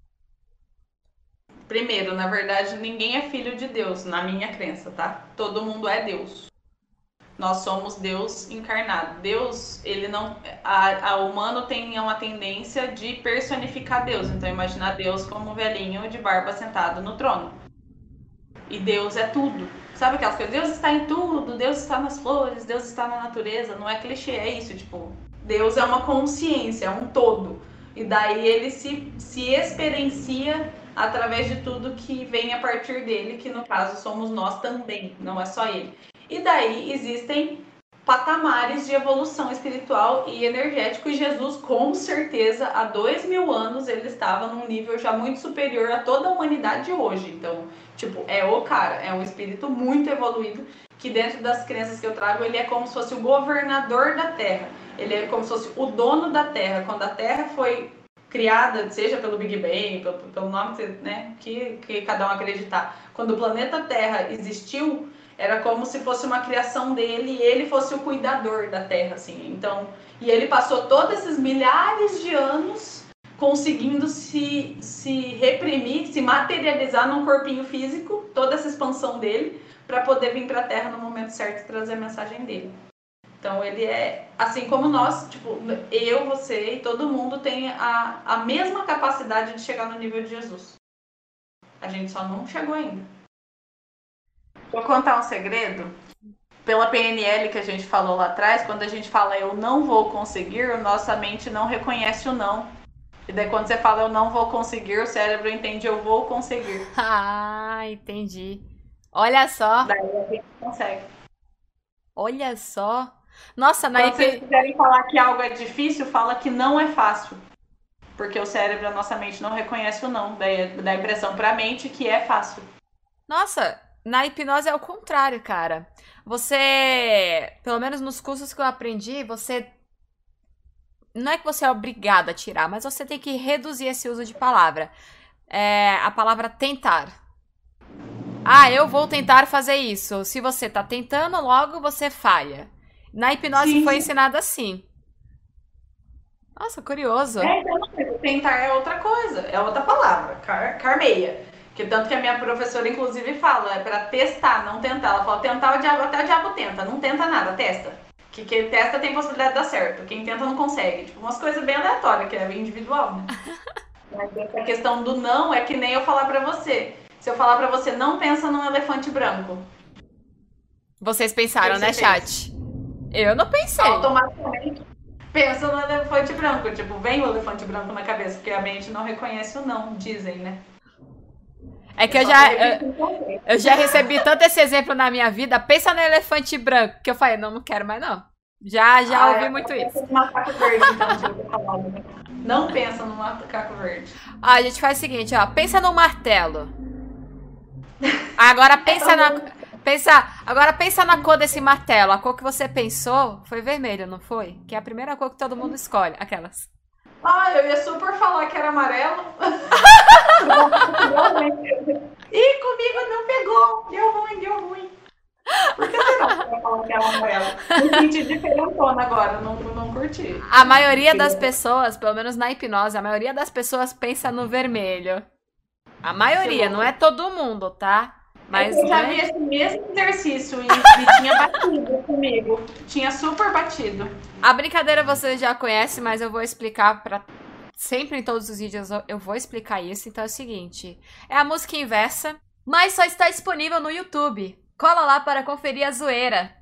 Primeiro, na verdade, ninguém é filho de Deus, na minha crença, tá? Todo mundo é Deus. Nós somos Deus encarnado. Deus, ele não. A, a humano tem uma tendência de personificar Deus. Então, imaginar Deus como um velhinho de barba sentado no trono. E Deus é tudo. Sabe aquelas coisas? Deus está em tudo, Deus está nas flores, Deus está na natureza. Não é clichê, é isso. Tipo, Deus é uma consciência, é um todo. E daí ele se, se experiencia através de tudo que vem a partir dele, que no caso somos nós também, não é só ele. E daí existem patamares de evolução espiritual e energético, e Jesus, com certeza, há dois mil anos, ele estava num nível já muito superior a toda a humanidade de hoje. Então, tipo, é o cara, é um espírito muito evoluído, que dentro das crenças que eu trago, ele é como se fosse o governador da Terra. Ele é como se fosse o dono da Terra. Quando a Terra foi criada, seja pelo Big Bang, pelo, pelo nome, né, que, que cada um acreditar. Quando o planeta Terra existiu, era como se fosse uma criação dele e ele fosse o cuidador da Terra, assim. Então, e ele passou todos esses milhares de anos conseguindo se, se reprimir, se materializar num corpinho físico, toda essa expansão dele, para poder vir para a Terra no momento certo e trazer a mensagem dele. Então ele é, assim como nós, tipo, eu, você e todo mundo tem a, a mesma capacidade de chegar no nível de Jesus. A gente só não chegou ainda. Vou contar um segredo. Pela P N L que a gente falou lá atrás, quando a gente fala eu não vou conseguir, nossa mente não reconhece o não. E daí quando você fala eu não vou conseguir, o cérebro entende eu vou conseguir. Ah, entendi. Olha só. Daí a gente consegue. Olha só. Nossa, na Quando vocês I P... quiserem falar que algo é difícil, fala que não é fácil. Porque o cérebro, a nossa mente não reconhece o não. Daí dá a impressão pra mente que é fácil. Nossa, na hipnose é o contrário, cara. Você, pelo menos nos cursos que eu aprendi, você não é que você é obrigado a tirar, mas você tem que reduzir esse uso de palavra. É a palavra tentar. Ah, eu vou tentar fazer isso. Se você tá tentando, logo você falha. Na hipnose Sim, foi sim. ensinado assim. Nossa, curioso. É, então, tentar é outra coisa, é outra palavra, car, carmeia. Que tanto que a minha professora, inclusive, fala, é pra testar, não tentar. Ela fala, tentar o diabo, até o diabo tenta, não tenta nada, testa. Que quem testa tem possibilidade de dar certo, quem tenta não consegue. Tipo, umas coisas bem aleatórias, que é individual, né? Mas essa questão do não é que nem eu falar pra você. Se eu falar pra você, não pensa num elefante branco. Vocês pensaram, O que né, você chat? Eu não pensei. Automaticamente pensa no elefante branco. Tipo, vem o elefante branco na cabeça, porque a mente não reconhece o não, dizem, né? É que eu já, eu, eu já recebi tanto esse exemplo na minha vida. Pensa no elefante branco, que eu falei, não, não quero mais não. Já, já ah, ouvi é, muito pensa isso. no macaco verde, então, não pensa no macaco verde. Ah, a gente faz o seguinte, ó. Pensa no martelo. Agora pensa na... Pensa, agora pensa na cor desse martelo. A cor que você pensou foi vermelho, não foi? Que é a primeira cor que todo mundo escolhe. Aquelas. Ah, eu ia super falar que era amarelo. Ih, comigo não pegou. Deu ruim, deu ruim. Por que será que eu ia falar que era amarelo? Me senti diferentona agora, não, não curti. A maioria das pessoas, pelo menos na hipnose, a maioria das pessoas pensa no vermelho. A maioria, não é todo mundo, tá? Mas eu já né? vi esse mesmo exercício e, e tinha batido comigo. Tinha super batido. A brincadeira você já conhece, mas eu vou explicar pra... Sempre em todos os vídeos eu vou explicar isso. Então é o seguinte. É a música inversa, mas só está disponível no YouTube. Cola lá para conferir a zoeira.